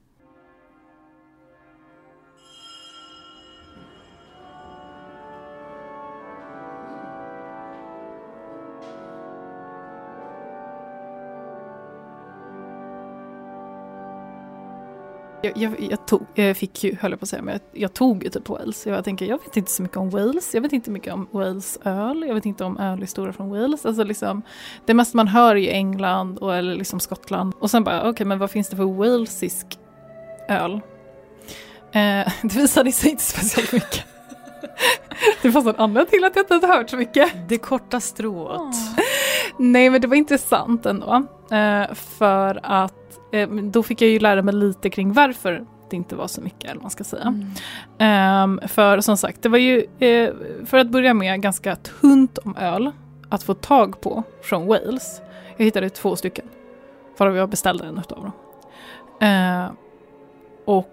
Jag, jag, jag, tog, jag fick ju, höll jag på att säga, men jag, jag tog ju typ Wales. Jag tänker, jag vet inte så mycket om Wales. Jag vet inte mycket om Wales öl. Jag vet inte om ölhistoria från Wales. Alltså liksom, det mesta man hör i England och, eller liksom Skottland. Och sen bara, okej, okay, men vad finns det för walesisk öl? Eh, det visade sig inte speciellt mycket. Det fanns en annan till att jag inte hade hört så mycket. Det korta strået. Åh. Nej, men det var intressant ändå. Eh, för att eh, då fick jag ju lära mig lite kring varför det inte var så mycket, eller man ska säga. Mm. Eh, för som sagt, det var ju eh, för att börja med ganska tunt om öl att få tag på från Wales. Jag hittade två stycken. För jag beställde en utav dem. Eh, och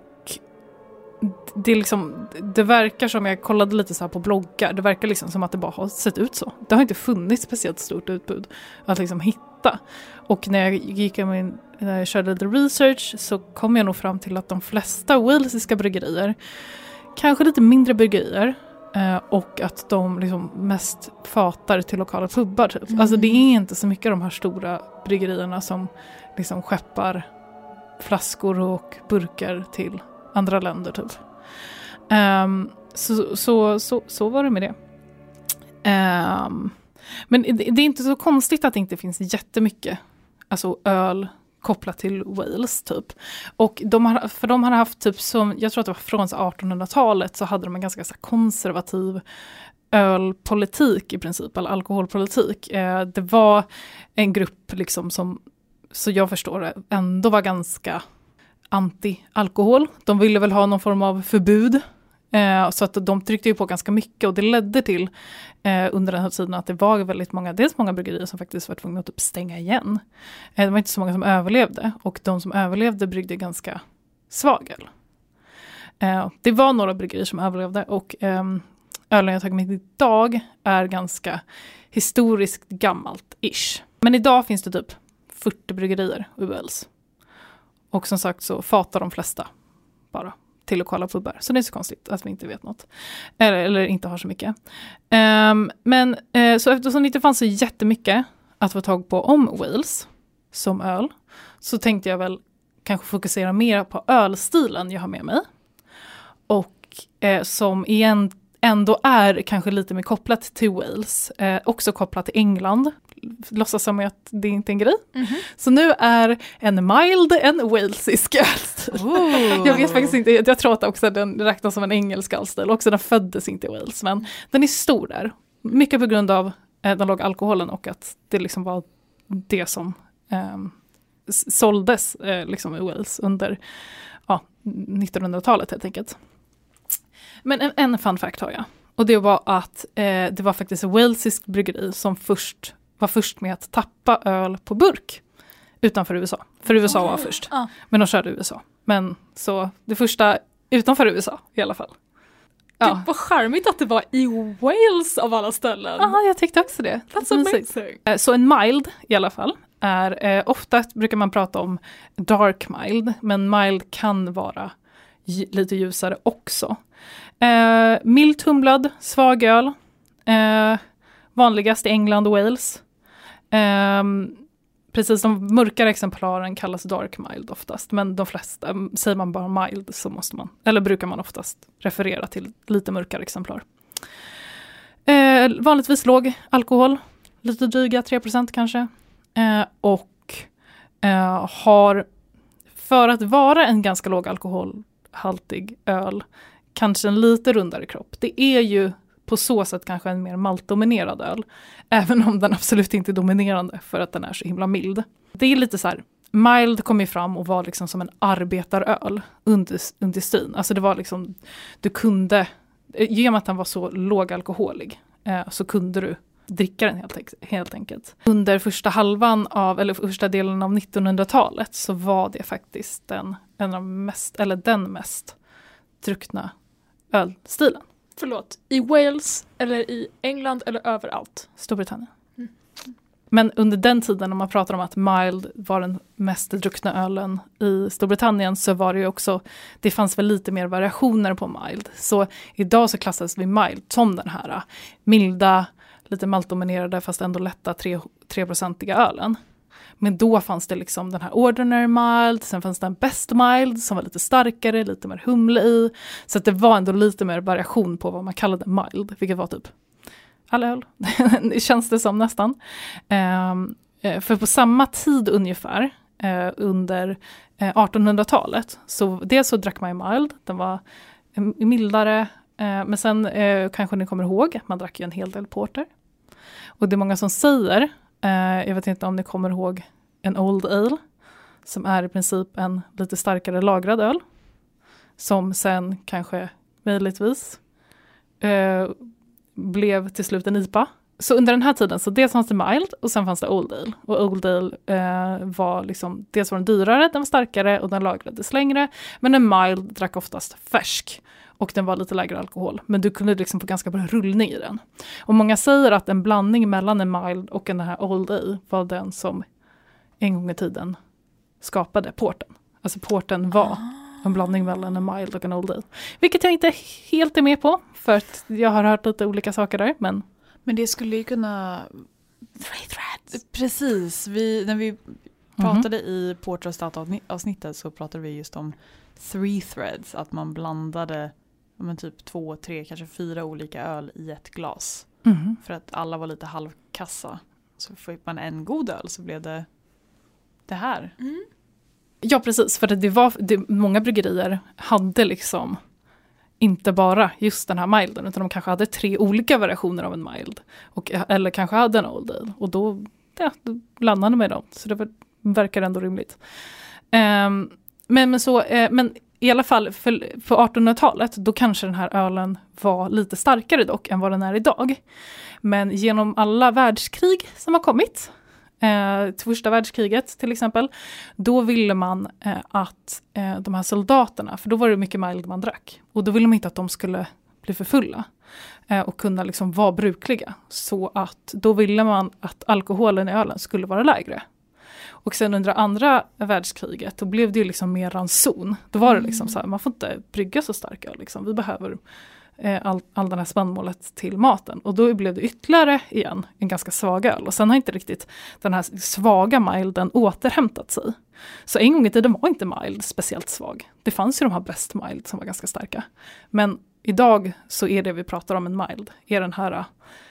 det, liksom, det verkar som, jag kollade lite så här på bloggar, det verkar liksom som att det bara har sett ut så. Det har inte funnits speciellt stort utbud att liksom hitta. Och när jag gick min, när jag körde lite research så kom jag nog fram till att de flesta walesiska bryggerier, kanske lite mindre bryggerier, eh, och att de liksom mest fatar till lokala pubbar typ. Mm. Alltså det är inte så mycket de här stora bryggerierna som liksom skeppar flaskor och burkar till andra länder typ. Um, så, så, så, så var det med det. Um, men det, det är inte så konstigt att det inte finns jättemycket alltså öl kopplat till Wales typ. Och de har, för de har haft typ som, jag tror att det var från artonhundratalet så hade de en ganska så här, konservativ ölpolitik i princip, eller alkoholpolitik. Uh, det var en grupp liksom som, så jag förstår det, ändå var ganska anti-alkohol. De ville väl ha någon form av förbud. Eh, så att de tryckte ju på ganska mycket och det ledde till eh, under den här tiden att det var väldigt många, dels många bryggerier som faktiskt var tvungna att typ stänga igen. Eh, det var inte så många som överlevde och de som överlevde bryggde ganska svag öl. Eh, det var några bryggerier som överlevde och eh, ölen jag tagit med idag är ganska historiskt gammalt-ish. Men idag finns det typ fyrtio bryggerier i Wales. Och som sagt så fatar de flesta bara till lokala pubbar. Så det är så konstigt att vi inte vet något. Eller, eller inte har så mycket. Um, men uh, så eftersom det inte fanns så jättemycket att få tag på om Wales som öl. Så tänkte jag väl kanske fokusera mer på ölstilen jag har med mig. Och uh, som igen ändå är kanske lite mer kopplat till Wales. Uh, också kopplat till England. Låtsas som att det inte är en grej. Mm-hmm. Så nu är en mild en walesisk ölstil. Oh. Jag vet faktiskt inte, jag tror att också den räknas som en engelsk ölstil. Också den föddes inte i Wales, men den är stor där. Mycket på grund av eh, den låga alkoholen och att det liksom var det som eh, såldes eh, liksom i Wales under ja, nittonhundratalet helt enkelt. Men en, en fun fact har jag. Och det var att eh, det var faktiskt en walesisk bryggeri som först var först med att tappa öl på burk utanför U S A. För U S A var först. Ah. Men de körde U S A. Men så det första utanför U S A i alla fall. Ja. Gud, vad charmigt att det var i Wales av alla ställen. Ja, jag tyckte också det. That's amazing. Så en mild i alla fall är, eh, ofta brukar man prata om dark mild, men mild kan vara j- lite ljusare också. Eh, mild humlad, svag öl. Eh, vanligast i England och Wales. Um, precis, de mörkare exemplaren kallas dark mild oftast, men de flesta, um, säger man bara mild så måste man, eller brukar man oftast referera till lite mörkare exemplar. Uh, vanligtvis låg alkohol, lite dryga, tre procent kanske, uh, och uh, har, för att vara en ganska låg alkoholhaltig öl, kanske en lite rundare kropp. Det är ju på så sätt kanske en mer maltdominerad öl. Även om den absolut inte är dominerande för att den är så himla mild. Det är lite så här, mild kom ju fram och var liksom som en arbetaröl under, under styn. Alltså det var liksom, du kunde, genom att den var så lågalkoholig eh, så kunde du dricka den helt, helt enkelt. Under första halvan av, eller första delen av nittonhundratalet så var det faktiskt den, en av de mest, eller den mest druckna ölstilen. Förlåt, i Wales eller i England eller överallt? Storbritannien. Mm. Men under den tiden, om man pratar om att mild var den mest druckna ölen i Storbritannien, så var det ju också, det fanns väl lite mer variationer på mild. Så idag så klassas vi mild som den här milda, lite maltdominerade fast ändå lätta tre procentiga ölen. Men då fanns det liksom den här ordinary mild, sen fanns det en best mild som var lite starkare, lite mer humle i. Så att det var ändå lite mer variation på vad man kallade mild, vilket var typ all öl. Det känns det som nästan. Um, för på samma tid ungefär, uh, under uh, artonhundratalet, så dels så drack man ju mild, den var uh, mildare, uh, men sen uh, kanske ni kommer ihåg, man drack ju en hel del porter. Och det är många som säger Eh, jag vet inte om ni kommer ihåg en Old Ale. Som är i princip en lite starkare lagrad öl. Som sen kanske möjligtvis eh, blev till slut en I P A. Så under den här tiden så dels fanns det mild och sen fanns det Old Ale. Och Old Ale eh, var liksom, dels var den dyrare, den var starkare och den lagrades längre. Men en mild drack oftast färsk och den var lite lägre alkohol. Men du kunde liksom få ganska bra rullning i den. Och många säger att en blandning mellan en mild och den här Old Ale var den som en gång i tiden skapade porten. Alltså porten var en blandning mellan en mild och en Old Ale. Vilket jag inte helt är med på för att jag har hört lite olika saker där, men Men det skulle ju kunna... Three threads. Precis. Vi, när vi pratade mm-hmm. i Porter och Stout-avsnittet så pratade vi just om three threads. Att man blandade men typ två, tre, kanske fyra olika öl i ett glas. Mm-hmm. För att alla var lite halvkassa. Så fick man en god öl så blev det det här. Mm. Ja, precis. För det var, det, många bryggerier hade liksom... inte bara just den här milden, utan de kanske hade tre olika variationer av en mild. Och, eller kanske hade en Old Ale. Och då, ja, då landade med dem. Så det var, verkar ändå rimligt. Um, men, men, så, uh, men i alla fall för, på artonhundratalet, då kanske den här ölen var lite starkare dock än vad den är idag. Men genom alla världskrig som har kommit, Eh, till första världskriget till exempel, då ville man eh, att eh, de här soldaterna, för då var det mycket mild man drack, och då ville man inte att de skulle bli för fulla eh, och kunna liksom vara brukliga, så att då ville man att alkoholen i ölen skulle vara lägre. Och sen under andra världskriget då blev det ju liksom mer ranson. Då var det liksom så här, man får inte brygga så stark öl liksom. Vi behöver All, all den här spannmålet till maten. Och då blev det ytterligare igen en ganska svag öl. Och sen har inte riktigt den här svaga milden återhämtat sig. Så en gång i tiden var inte mild speciellt svag. Det fanns ju de här best mild som var ganska starka. Men idag så är det vi pratar om en mild. Är den här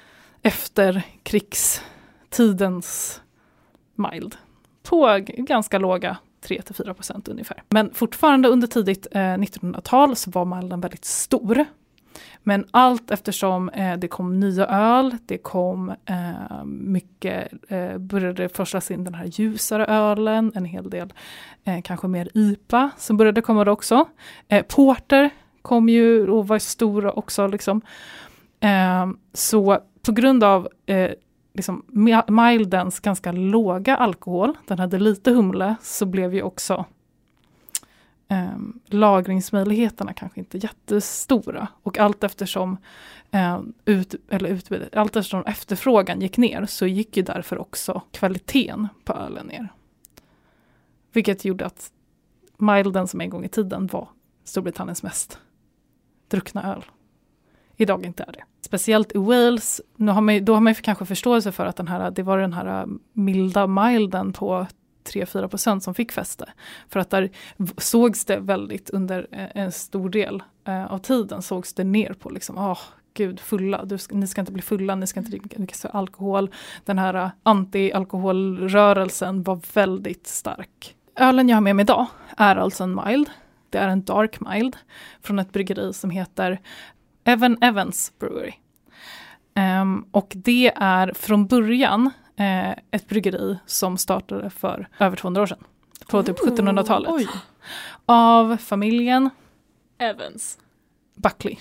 efterkrigstidens mild. På ganska låga tre till fyra procent ungefär. Men fortfarande under tidigt eh, nittonhundratal så var milden väldigt stor. Men allt eftersom eh, det kom nya öl, det kom eh, mycket, eh, började forslas in den här ljusare ölen, en hel del eh, kanske mer I P A som började komma då också. Eh, porter kom ju och var stora också liksom. Eh, så på grund av eh, liksom mildens ganska låga alkohol, den hade lite humle, så blev ju också Um, lagringsmöjligheterna kanske inte jättestora, och allt eftersom um, ut, eller ut, allt eftersom efterfrågan gick ner så gick ju därför också kvaliteten på ölen ner. Vilket gjorde att milden, som en gång i tiden var Storbritanniens mest druckna öl, idag inte är det. Speciellt i Wales, nu har man, då har man kanske förståelse för att den här, det var den här milda milden på tre till fyra procent som fick fäste. För att där sågs det väldigt under en stor del eh, av tiden sågs det ner på liksom, åh oh, gud, fulla, du ska, ni ska inte bli fulla, ni ska inte dricka alkohol. Den här uh, anti-alkoholrörelsen var väldigt stark. Ölen jag har med mig idag är alltså en mild. Det är en dark mild från ett bryggeri som heter Evan Evans Brewery. Um, och det är från början eh, ett bryggeri som startade för över tvåhundra år sedan. På typ sjuttonhundratalet. Oj. Av familjen Evans. Buckley.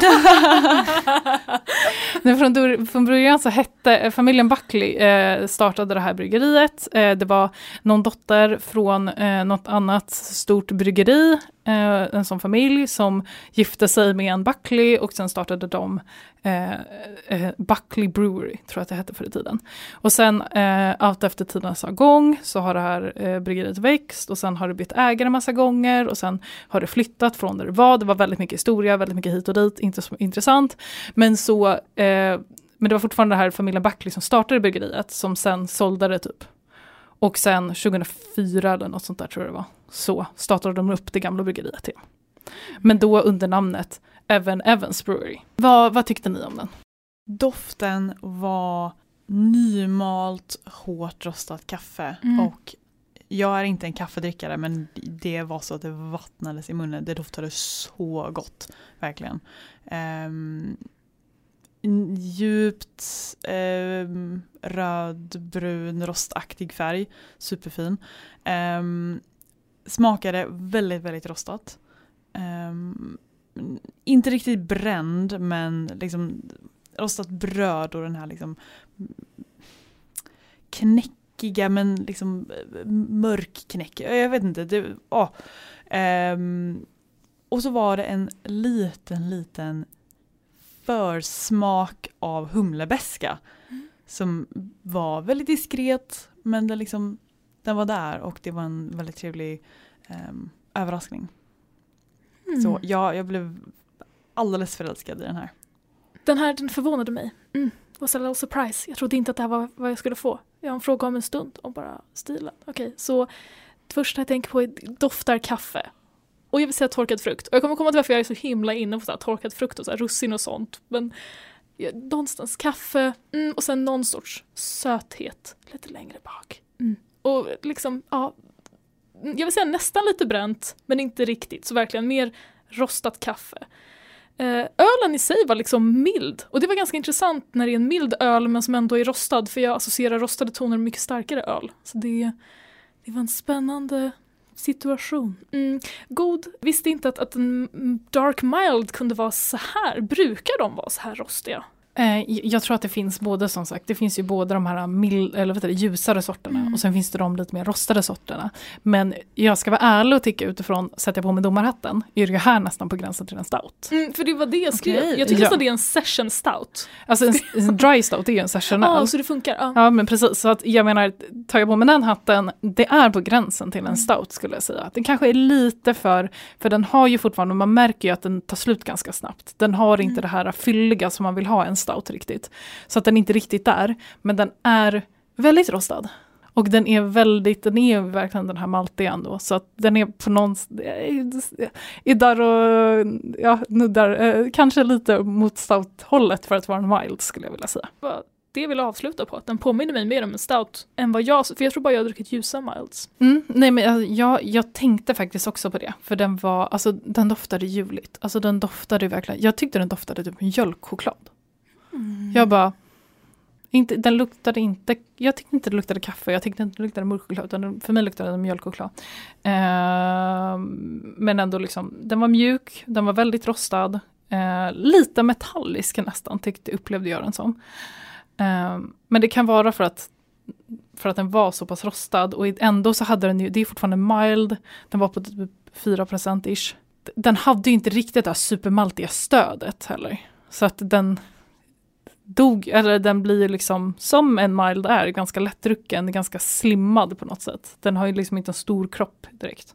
från, från början så hette familjen Buckley eh, startade det här bryggeriet. Eh, det var någon dotter från eh, något annat stort bryggeri, eh, en sån familj som gifte sig med en Buckley, och sen startade de eh, eh, Buckley Brewery, tror jag att det hette för i tiden. Och sen eh, allt efter tidens gång så har det här eh, bryggeriet växt, och sen har det bytt ägare massa gånger, och sen har det flyttat från där det var. Det var väldigt mycket historia, väldigt mycket hit och dit, inte så intressant. Men så eh, men det var fortfarande det här familjen Buckley som startade bryggeriet, som sen sålde det typ. Och sen tjugohundrafyra eller något sånt där tror jag det var, så startade de upp det gamla bryggeriet igen. Men då under namnet Evan Evans Brewery. Vad, vad tyckte ni om den? Doften var nymalt, hårt rostat kaffe. Mm. Och jag är inte en kaffedrickare, men det var så att det vattnades i munnen. Det doftade så gott, verkligen. Um, djupt eh, rödbrun rostaktig färg. Superfin. Eh, smakade väldigt, väldigt rostat. Eh, inte riktigt bränd, men liksom rostat bröd och den här liksom knäckiga men liksom mörk knäck. Jag vet inte. Det, åh. Eh, och så var det en liten, liten försmak av humlebäska mm. som var väldigt diskret, men det liksom, den var där och det var en väldigt trevlig um, överraskning. Mm. Så ja, jag blev alldeles förälskad i den här. Den här den förvånade mig. Mm. Det var så little surprise. Jag trodde inte att det här var vad jag skulle få. Jag har en fråga om en stund om bara stilen. Okej, okay, så det första jag tänker på är doftar kaffe. Och jag vill säga torkad frukt. Och jag kommer komma till varför jag är så himla inne på så här, torkad frukt och så här, russin och sånt. Men ja, någonstans kaffe mm, och sen någon sorts söthet lite längre bak. Mm. Och liksom, ja, jag vill säga nästan lite bränt, men inte riktigt. Så verkligen mer rostat kaffe. Eh, ölen i sig var liksom mild. Och det var ganska intressant när det är en mild öl men som ändå är rostad. För jag associerar rostade toner med mycket starkare öl. Så det, det var en spännande situation. Mm. God. Visste inte att, att en dark mild kunde vara så här. Brukar de vara så här rostiga? Eh, jag tror att det finns både, som sagt, det finns ju både de här mild, eller vad heter det, ljusare sorterna mm. och sen finns det de lite mer rostade sorterna. Men jag ska vara ärlig och tycka utifrån, sätter jag på mig domarhatten, är det här nästan på gränsen till en stout. Mm, för det var det jag skrev. Okay. Jag tycker ja. att det är en session stout. Alltså en, en dry stout är ju en session. Ja, ah, så det funkar. Ah. Ja, men precis. Så att jag menar, tar jag på mig den hatten, det är på gränsen till en stout skulle jag säga. Det kanske är lite för, för den har ju fortfarande, man märker ju att den tar slut ganska snabbt. Den har inte mm. det här fylliga som man vill ha en stout riktigt. Så att den är inte riktigt där. Men den är väldigt rostad. Och den är väldigt, den är verkligen den här maltigan då. Så att den är på någon, är där och, ja, nuddar, eh, kanske lite mot stout-hållet för att vara en mild skulle jag vilja säga. Det vill jag avsluta på, att den påminner mig mer om en stout än vad jag, för jag tror bara jag har druckit ljusa milds. Mm, nej men jag, jag tänkte faktiskt också på det, för den var, alltså den doftade juligt. Alltså den doftade verkligen, jag tyckte den doftade typ mjölkchoklad. Mm. Jag bara, inte, den luktade inte, jag tyckte inte det luktade kaffe, jag tyckte inte det luktade mörkchoklad, utan för mig luktade den mjölkchoklad. Eh, men ändå liksom, den var mjuk, den var väldigt rostad, eh, lite metallisk nästan, tyckte, upplevde jag den som. Eh, men det kan vara för att för att den var så pass rostad, och ändå så hade den ju, det är fortfarande mild, den var på typ fyra procent ish. Den hade ju inte riktigt det här supermaltiga stödet heller. Så att den dog, eller den blir liksom som en mild är, ganska lättdrucken, ganska slimmad på något sätt. Den har ju liksom inte en stor kropp direkt.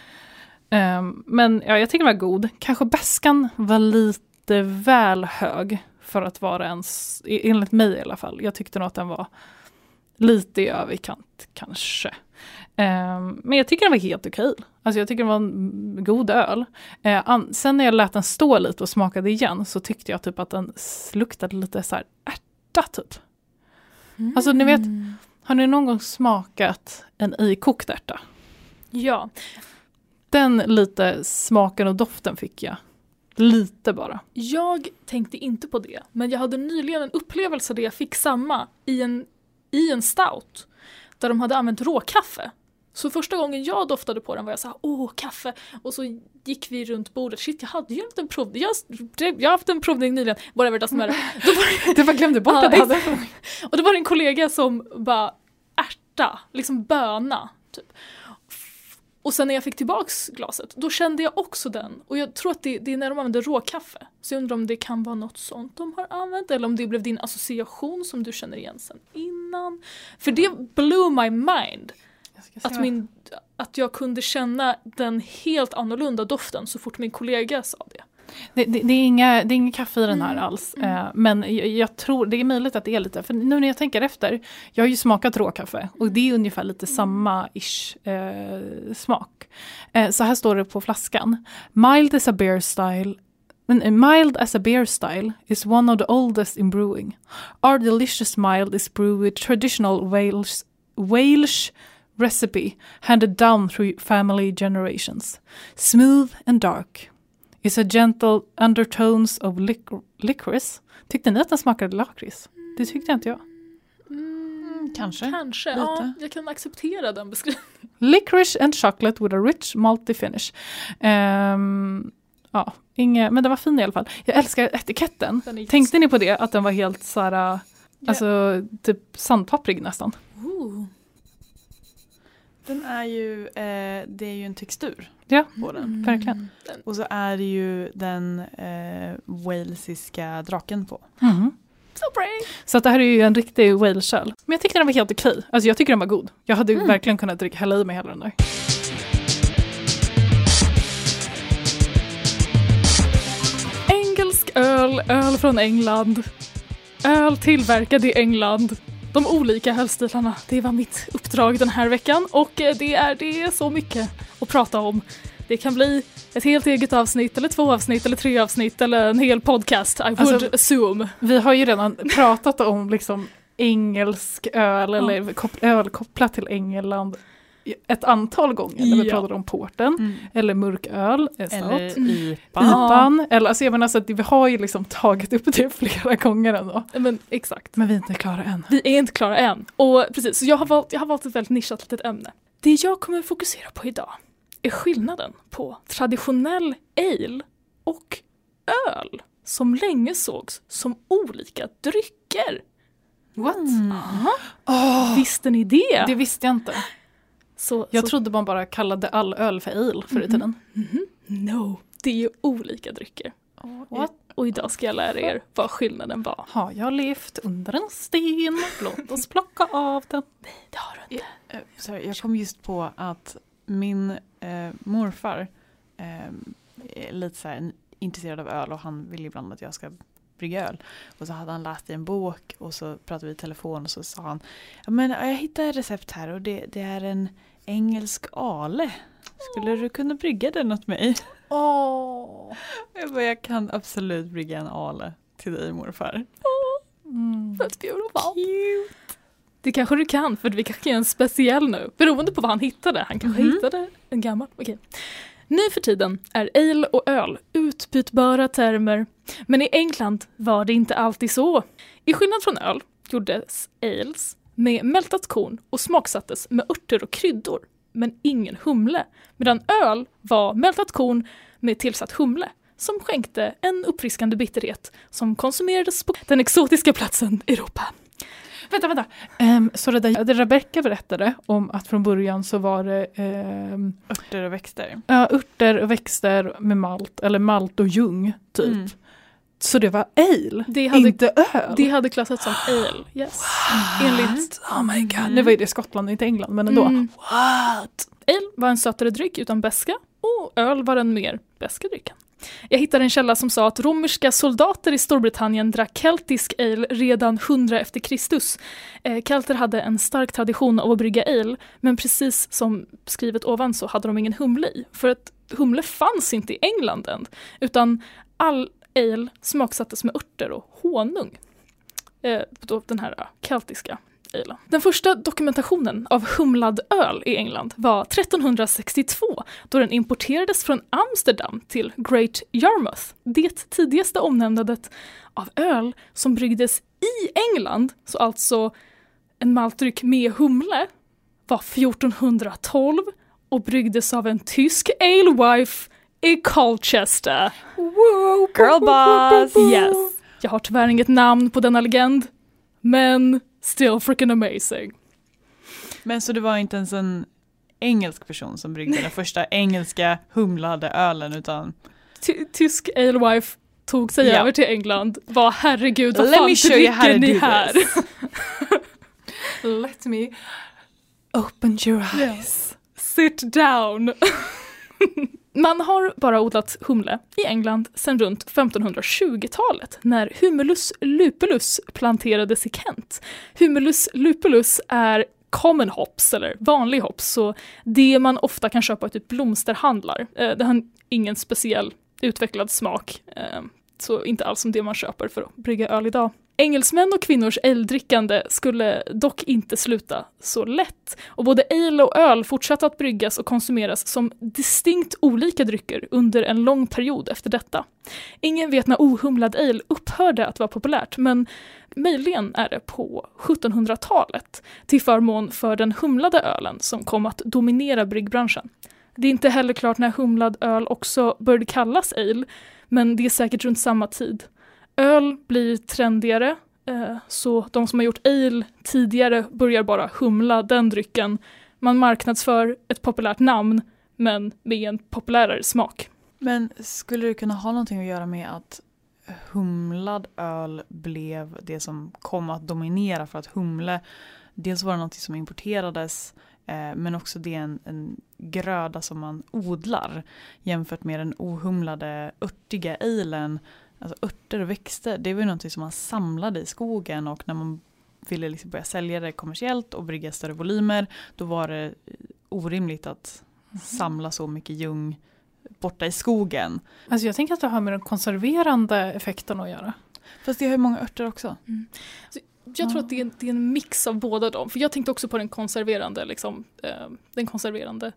Um, men ja, jag tycker den var god. Kanske bäskan var lite väl hög för att vara ens, enligt mig i alla fall. Jag tyckte nog att den var lite i överkant kanske. Um, men jag tycker den var helt okej. Alltså jag tycker den var en god öl. Uh, an- sen när jag lät den stå lite och smakade igen, så tyckte jag typ att den luktade lite så här ärta typ. Mm. Alltså ni vet, har ni någon gång smakat en ikokt ärta? Ja. Den lite smaken och doften fick jag. Lite bara. Jag tänkte inte på det, men jag hade nyligen en upplevelse där jag fick samma i en, i en stout. Där de hade använt råkaffe. Så första gången jag doftade på den var jag så här, åh, kaffe. Och så gick vi runt bordet. Shit, jag hade ju inte en provning. Jag, jag har haft en provning nyligen. Whatever doesn't matter. Då var, du bara glömde bort att ja, hade. Och det var en kollega som bara ärta, liksom böna. Typ. Och sen när jag fick tillbaks glaset, då kände jag också den. Och jag tror att det, det är när de använder råkaffe. Så jag undrar om det kan vara något sånt de har använt. Eller om det blev din association som du känner igen sen innan. För det blew my mind. Att, min, att jag kunde känna den helt annorlunda doften så fort min kollega sa det. Det, det, det, är, inga, det är inga kaffe i den här mm. alls. Mm. Uh, men jag, jag tror, det är möjligt att det är lite. För nu när jag tänker efter, jag har ju smakat råkaffe. Och det är ungefär lite mm. samma ish uh, smak. Uh, så här står det på flaskan. Mild as a beer style. Mild as a beer style is one of the oldest in brewing. Our delicious mild is brewed with traditional Welsh, Welsh recipe handed down through family generations. Smooth and dark. is a gentle undertones of lic- licorice. Tyckte ni att den smakade lakrits? Det tyckte inte jag. Mm, kanske. Kanske, Lite. ja. Jag kan acceptera den beskrivningen. Licorice and chocolate with a rich malty finish. Um, ja, inga, men det var fin i alla fall. Jag älskar etiketten. Tänkte ni på det? Att den var helt så här, yeah. alltså typ sandpapprig nästan. Ooh. Den är ju, eh, det är ju en textur Ja, på den. mm. verkligen. Och så är det ju den eh, walesiska draken på. Mm. So pretty. Så att det här är ju en riktig whale-köl. Men jag tycker den var helt okej. Alltså jag tycker den var god. Jag hade Mm. verkligen kunnat dricka, hälla i mig hela den där. Engelsk öl, öl från England. Öl tillverkad i England. De olika ölstilarna, det var mitt uppdrag den här veckan. Och det är, det är så mycket att prata om. Det kan bli ett helt eget avsnitt, eller två avsnitt, eller tre avsnitt, eller en hel podcast, I would Alltså, assume. Vi har ju redan pratat om liksom engelsk öl, Ja. eller kop- öl kopplat till England ett antal gånger. När vi Ja. pratade om porten, Mm. eller mörköl, Eller eller I P A. ipan. Eller, alltså jag menar så att vi har ju liksom tagit upp det flera gånger ändå. Men exakt. Men vi är inte klara än. Vi är inte klara än. Och precis, så jag har valt, jag har valt ett väldigt nischat litet ämne. Det jag kommer fokusera på idag är skillnaden på traditionell ale och öl som länge sågs som olika drycker. What? Mm. Oh, Visste ni det? det visste jag inte. Så, Jag så, trodde man bara kallade all öl för ale förr i Mhm. tiden. Mhm. No, det är ju olika drycker. What? Och idag ska jag lära er vad skillnaden var. Har jag levt under en sten? Låt oss plocka av den. Det har du inte. Eh, sorry, jag kom just på att min eh, morfar eh, är lite så här intresserad av öl och han vill ibland att jag ska brygga öl. Och så hade han läst i en bok och så pratade vi i telefon och så sa han, ja men jag hittade ett recept här och det, det är en engelsk ale. Skulle du kunna brygga den åt mig? Åh. Jag bara, jag kan absolut brygga en ale till dig morfar. Mm. That's beautiful. Det kanske du kan, för vi kanske är en speciell nu. Beroende på vad han hittade. Han kanske Mhm. hittade en gammal. Okej. Nu för tiden är ale och öl utbytbara termer. Men i England var det inte alltid så. I skillnad från öl gjordes ales med mältat korn och smaksattes med örter och kryddor. Men ingen humle. Medan öl var mältat korn med tillsatt humle. Som skänkte en uppfriskande bitterhet som konsumerades på den exotiska platsen Europa. Vänta, vänta. Um, så det där det Rebecca berättade om att från början så var det um, Örter och växter. ja, örter och växter med malt, eller malt och ljung typ. Mm. Så det var ale, Det hade, inte öl. det hade klassats som ale. Yes. Enligt Oh my god. Nu var ju det Skottland, inte England, men ändå. Mm. What? Ale var en sötare dryck utan beska och öl var den mer beska drycken. Jag hittade en källa som sa att romerska soldater i Storbritannien drack keltisk ale redan hundra efter Kristus. Eh, kelter hade en stark tradition av att brygga ale, men precis som skrivet ovan så hade de ingen humle i. För att humle fanns inte i England än, utan all ale smaksattes med örter och honung. Eh, då den här uh, keltiska ale. Den första dokumentationen av humlad öl i England var trettonhundrasextiotvå, då den importerades från Amsterdam till Great Yarmouth. Det tidigaste omnämnandet av öl som bryggdes i England, så alltså en maltdryck med humle, var fjortonhundratolv och bryggdes av en tysk alewife i Colchester. Wow, girl boss! Yes. Jag har tyvärr inget namn på denna legend, men still freaking amazing. Men så det var inte ens en engelsk person som bryggde den första engelska humlade ölen utan Ty- tysk alewife tog sig Ja. över till England. Vad herregud, vad Let fan me show you how to dricker ni do här? this. Let me open your eyes. Sit down. Man har bara odlat humle i England sedan runt femtonhundratjugotalet när Humulus lupulus planterades i Kent. Humulus lupulus är common hops eller vanlig hops, så det man ofta kan köpa i typ blomsterhandlar. Eh, det har ingen speciell utvecklad smak, eh, så inte alls som det man köper för att brygga öl idag. Engelsmän och kvinnors aleldrickande skulle dock inte sluta så lätt. Och både ale och öl fortsatte att bryggas och konsumeras som distinkt olika drycker under en lång period efter detta. Ingen vet när ohumlad ale upphörde att vara populärt, men möjligen är det på sjuttonhundratalet till förmån för den humlade ölen som kom att dominera bryggbranschen. Det är inte heller klart när humlad öl också började kallas ale, men det är säkert runt samma tid. Öl blir trendigare, så de som har gjort ale tidigare börjar bara humla den drycken. Man marknadsför ett populärt namn, men med en populärare smak. Men skulle det kunna ha någonting att göra med att humlad öl blev det som kom att dominera, för att humle, dels var det något som importerades, eh, men också det är en, en gröda som man odlar jämfört med den ohumlade örtiga alen. Alltså örter och växter, det var ju något som man samlade i skogen, och när man ville liksom börja sälja det kommersiellt och brygga större volymer, då var det orimligt att mm. samla så mycket ljung borta i skogen. Alltså jag tänker att det har med den konserverande effekten att göra. Fast det har ju många örter också. Mm. Så jag tror att det är, det är en mix av båda dem. För jag tänkte också på den konserverande, liksom, eh, den konserverande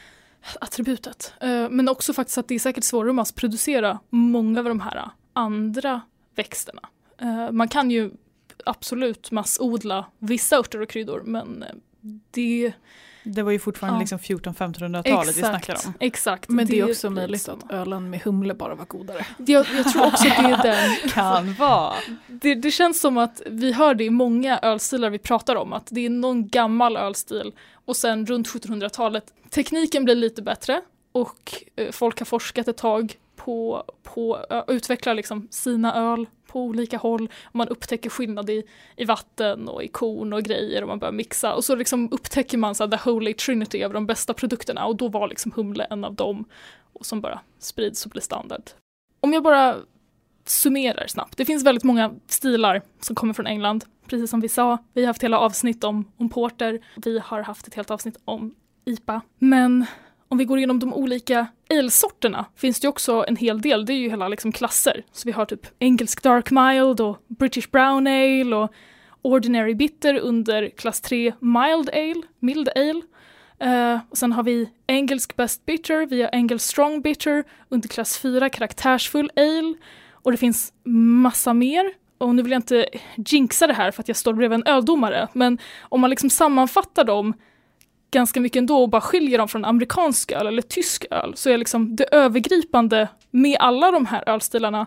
attributet. Eh, men också faktiskt att det är säkert svårare att massproducera många av de här andra växterna. Eh, man kan ju absolut massodla vissa örter och kryddor, men det... Det var ju fortfarande ja. liksom fjorton-femtonhundratalet vi snackade om. Exakt. Men det, det är också möjligt att ölen med humle bara var godare. Jag, jag tror också det är den. Kan vara. Det, det känns som att vi hör det i många ölstilar vi pratar om. Att det är någon gammal ölstil. Och sen runt sjuttonhundratalet. Tekniken blir lite bättre. Och eh, folk har forskat ett tag på, på att utveckla liksom sina öl på olika håll. Och man upptäcker skillnad i, i vatten och i korn och grejer, och man börjar mixa. Och så liksom upptäcker man så här, the holy trinity av de bästa produkterna, och då var liksom humle en av dem, och som bara sprids och blir standard. Om jag bara summerar snabbt. Det finns väldigt många stilar som kommer från England, precis som vi sa. Vi har haft hela avsnitt om, om porter. Vi har haft ett helt avsnitt om I P A. Men om vi går igenom de olika ale-sorterna finns det också en hel del. Det är ju hela liksom klasser. Så vi har typ engelsk dark mild och British brown ale och ordinary bitter under klass tre mild ale, mild ale. Uh, och sen har vi engelsk best bitter, vi har engelsk strong bitter under klass fyra karaktärsfull ale. Och det finns massa mer. Och nu vill jag inte jinxa det här för att jag står bredvid en öldomare. Men om man liksom sammanfattar dem ganska mycket ändå och bara skiljer dem från amerikansk öl eller tysk öl, så är liksom det övergripande med alla de här ölstilarna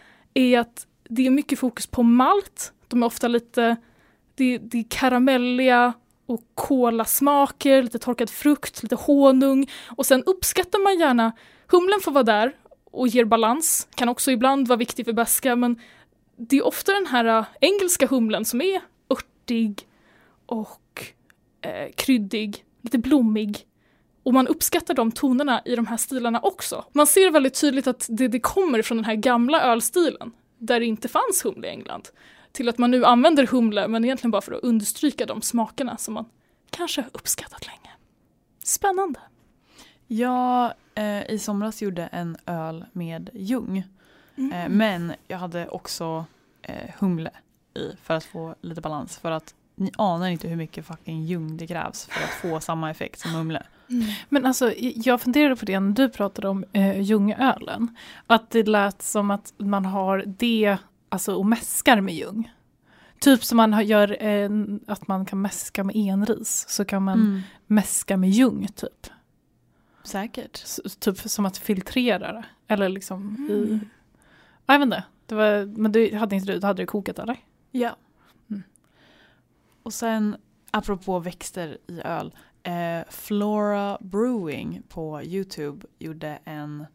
är att det är mycket fokus på malt. De är ofta lite, det, det är karamelliga och kolasmaker, lite torkad frukt, lite honung, och sen uppskattar man gärna, humlen får vara där och ger balans, kan också ibland vara viktig för beska, men det är ofta den här engelska humlen som är örtig och eh, kryddig, lite blommig. Och man uppskattar de tonerna i de här stilarna också. Man ser väldigt tydligt att det, det kommer från den här gamla ölstilen, där det inte fanns humle i England, till att man nu använder humle, men egentligen bara för att understryka de smakerna som man kanske har uppskattat länge. Spännande. Jag eh, i somras gjorde en öl med ljung. Mm. Eh, men jag hade också eh, humle i för att få lite balans. För att ni anar inte hur mycket fucking ljung det krävs för att få samma effekt som humle. Mm. Men alltså, jag funderade på det när du pratade om eh, ljungölen. Att det lät som att man har det, alltså, och mäskar med ljung. Typ som man gör eh, att man kan mäska med enris, så kan man mm. mäska med ljung typ. Säkert. Så, typ som att filtrera det. Eller liksom mm. i... Jag vet inte. Det var, men du hade inte du hade det kokat eller? Ja. Mm. Och sen, apropå växter i öl. Eh, Flora Brewing på YouTube gjorde en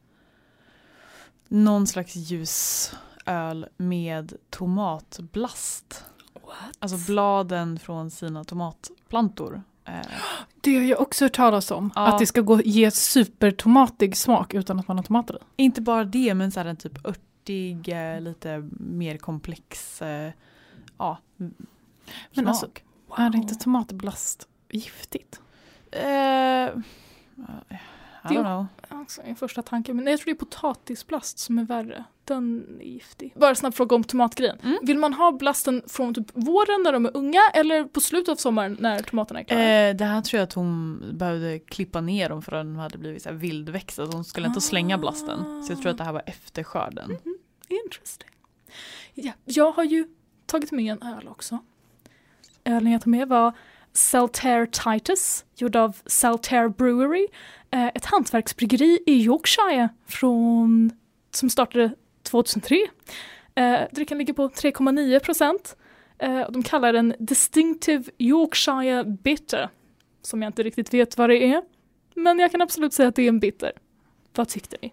någon slags ljusöl med tomatblast. What? Alltså bladen från sina tomatplantor. Eh. Det har jag också hört talas om. Ja. Att det ska gå, ge supertomatig smak utan att man har tomater i. Inte bara det, men så här en typ örtig, eh, lite mer komplex eh, ja, men smak. Alltså, wow. Är det inte tomatblast giftigt? Uh, I don't know. Ja, var också min första tanke. Men jag tror det är potatisblast som är värre. Den är giftig. Bara en snabb fråga om tomatgrejen. Mm. Vill man ha blasten från typ våren när de är unga eller på slutet av sommaren när tomaterna är klara? Eh, det här tror jag att hon behövde klippa ner dem för att de hade blivit så här vildväxta. Så hon skulle inte ah. slänga blasten. Så jag tror att det här var efter skörden. Mm-hmm. Interesting. Ja, jag har ju tagit med en öl också. Ölen jag tog med var Saltaire Titus, gjord av Saltaire Brewery. Eh, ett hantverksbryggeri i Yorkshire från, som startade tjugohundratre. Eh, drycken ligger på tre komma nio procent. Eh, de kallar den Distinctive Yorkshire Bitter. Som jag inte riktigt vet vad det är. Men jag kan absolut säga att det är en bitter. Vad tyckte ni?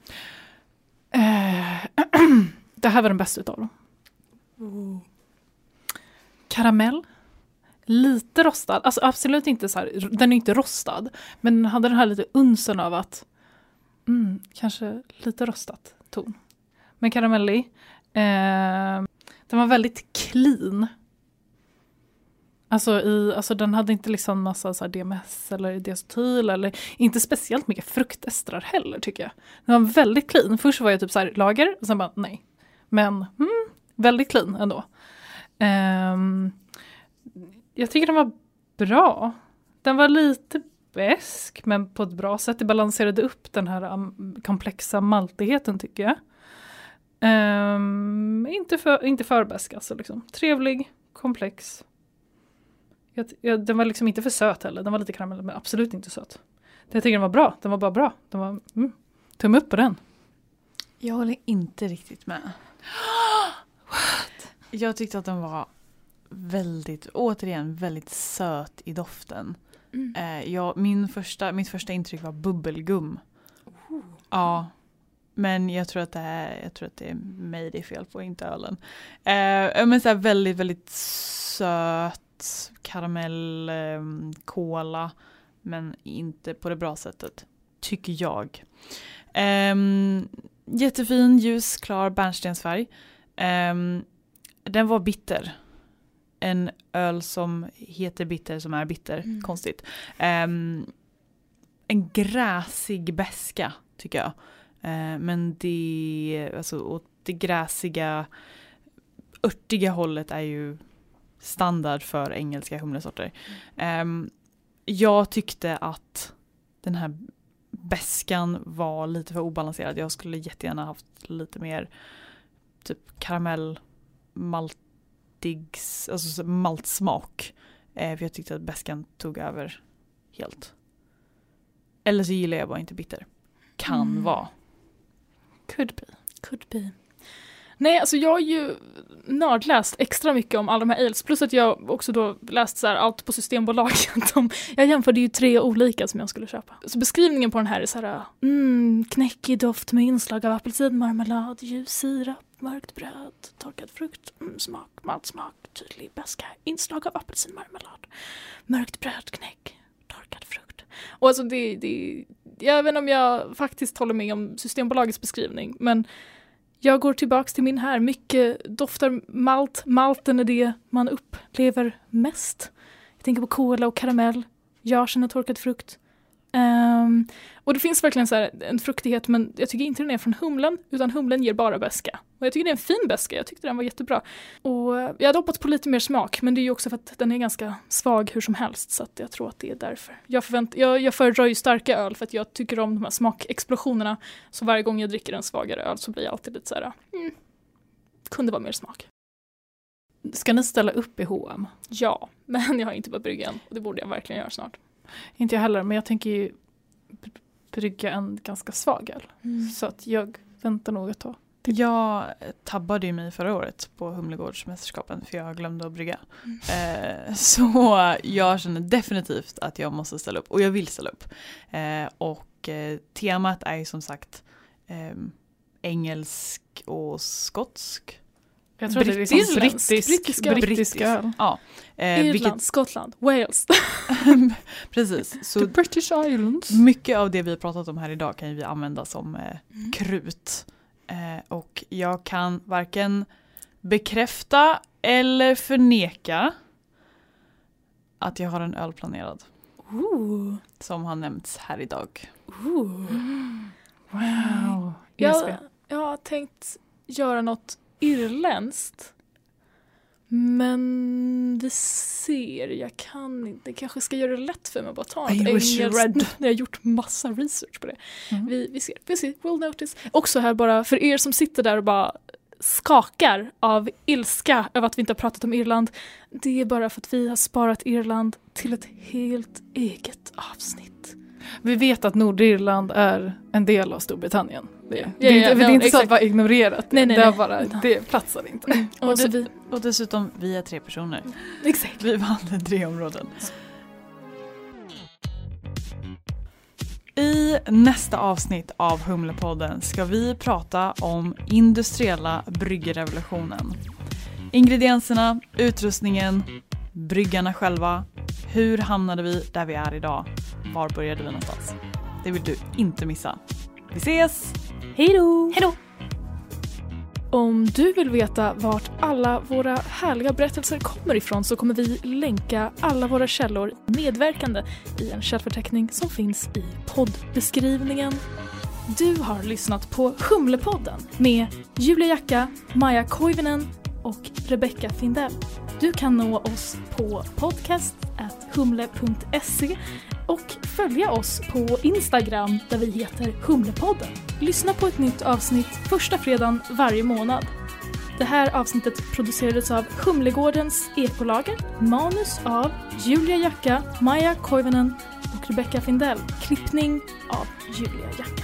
Eh, det här var den bästa utav dem. Oh. Karamell. Lite rostad. Alltså absolut inte så här. Den är inte rostad. Men den hade den här lite unsen av att mm, kanske lite rostat ton. Men karamellig. Eh, den var väldigt clean. Alltså, i, alltså den hade inte liksom massa så här D M S eller diacetyl eller inte speciellt mycket fruktestrar heller tycker jag. Den var väldigt clean. Först var jag typ så här lager och sen bara nej. Men mm, väldigt clean ändå. Um, jag tycker den var bra. Den var lite besk men på ett bra sätt. Det balanserade upp den här um, komplexa maltigheten tycker jag. Um, inte för, inte för besk alltså liksom. Trevlig, komplex. Jag, jag, den var liksom inte för söt heller. Den var lite karamell men absolut inte söt. Jag tycker den var bra. Den var bara bra. Den var, mm, tumme upp på den. Jag håller inte riktigt med. What? Jag tyckte att den var väldigt, återigen, väldigt söt i doften. Mm. Eh, jag, min första, mitt första intryck var bubbelgum. Oh. Ja, men jag tror att det är, jag tror att det är mig det är fel på, inte ölen. Eh, men så här väldigt, väldigt söt karamell, eh, kola, men inte på det bra sättet, tycker jag. Eh, jättefin, ljus, klar bärnstensfärg. Eh, den var bitter. En öl som heter bitter som är bitter. Mm. Konstigt. Um, en gräsig beska tycker jag. Uh, men det, alltså, åt det gräsiga, örtiga hållet är ju standard för engelska humlesorter. Mm. Um, jag tyckte att den här beskan var lite för obalanserad. Jag skulle jättegärna haft lite mer typ karamell, malt, Diggs, alltså maltsmak. Eh, för jag tyckte att beskan tog över helt. Eller så gillar jag bara inte bitter. Kan mm. vara. Could be. Could be. Nej, alltså jag har ju nördläst extra mycket om alla de här ales. Plus att jag också då läst så här allt på Systembolaget. Jag jämförde ju tre olika som jag skulle köpa. Så beskrivningen på den här är så här mm, knäckig doft med inslag av apelsinmarmelad, ljus sirap, mörkt bröd, torkad frukt, mm, smak, maltsmak, tydlig beska, inslag av apelsinmarmelad, mörkt bröd, knäck, torkad frukt. Och alltså det, det, jag vet inte om jag faktiskt håller med om Systembolagets beskrivning, men jag går tillbaks till min här. Mycket doftar malt. Malten är det man upplever mest. Jag tänker på kola och karamell. Jag känner torkad frukt. Um, och det finns verkligen så här en fruktighet, men jag tycker inte den är från humlen, utan humlen ger bara beska. Och jag tycker det är en fin beska. Jag tyckte den var jättebra. Och jag hade hoppats på lite mer smak, men det är ju också för att den är ganska svag hur som helst, så att jag tror att det är därför. Jag, förvänt- jag, jag föredrar ju starka öl för att jag tycker om de här smakexplosionerna. Så varje gång jag dricker en svagare öl så blir jag alltid lite så här, mm, kunde vara mer smak. Ska ni ställa upp i H och M? Ja, men jag har inte börjat brygga än. Och det borde jag verkligen göra snart. Inte jag heller, men jag tänker ju brygga en ganska svag öl. Mm. Så att jag väntar nog ett tag. Jag tabbade ju mig förra året på Humlegårdsmästerskapen för jag glömde att brygga. Mm. Eh, så jag känner definitivt att jag måste ställa upp. Och jag vill ställa upp. Eh, och eh, temat är ju som sagt eh, engelsk och skotsk. Jag tror Britt- det är liksom brittisk, brittiska, brittiska öl. Ja, eh, Irland, vilket... Skottland, Wales. Precis. Så The British Islands. mycket av det vi har pratat om här idag kan vi använda som eh, mm. krut. Eh, och jag kan varken bekräfta eller förneka att jag har en öl planerad. Ooh. Som har nämnts här idag. Ooh. Wow. Jag, jag har tänkt göra något irländskt. Men vi ser, jag kan inte, kanske ska göra det lätt för mig att bara ta något Irish engelskt. red. Jag har gjort massa research på det. Mm. Vi, vi ser, vi ser, we'll notice. Också här bara, för er som sitter där och bara skakar av ilska över att vi inte har pratat om Irland. Det är bara för att vi har sparat Irland till ett helt eget avsnitt. Vi vet att Nordirland är en del av Storbritannien. Det, Ja, det, är ja, inte- det är no, inte så att exakt. vi har ignorerat det. Nej, nej, det, är nej. bara, det platsar inte. Och, Och så det- vi, Och dessutom, vi är tre personer. exakt. Vi vann tre områden. I nästa avsnitt av Humlepodden ska vi prata om industriella bryggerevolutionen. Ingredienserna, utrustningen, bryggarna själva. Hur hamnade vi där vi är idag? Var började vi någonstans? Det vill du inte missa. Vi ses! Hej då! Hej då! Om du vill veta vart alla våra härliga berättelser kommer ifrån så kommer vi länka alla våra källor medverkande i en källförteckning som finns i poddbeskrivningen. Du har lyssnat på Humlepodden med Julia Jacka, Maja Koivinen och Rebecca Findell. Du kan nå oss på podcast at humle punkt se och följa oss på Instagram där vi heter Humlepodden. Lyssna på ett nytt avsnitt första fredagen varje månad. Det här avsnittet producerades av Humlegårdens ekolager, manus av Julia Jacka, Maja Koivinen och Rebecca Findell, klippning av Julia Jacka.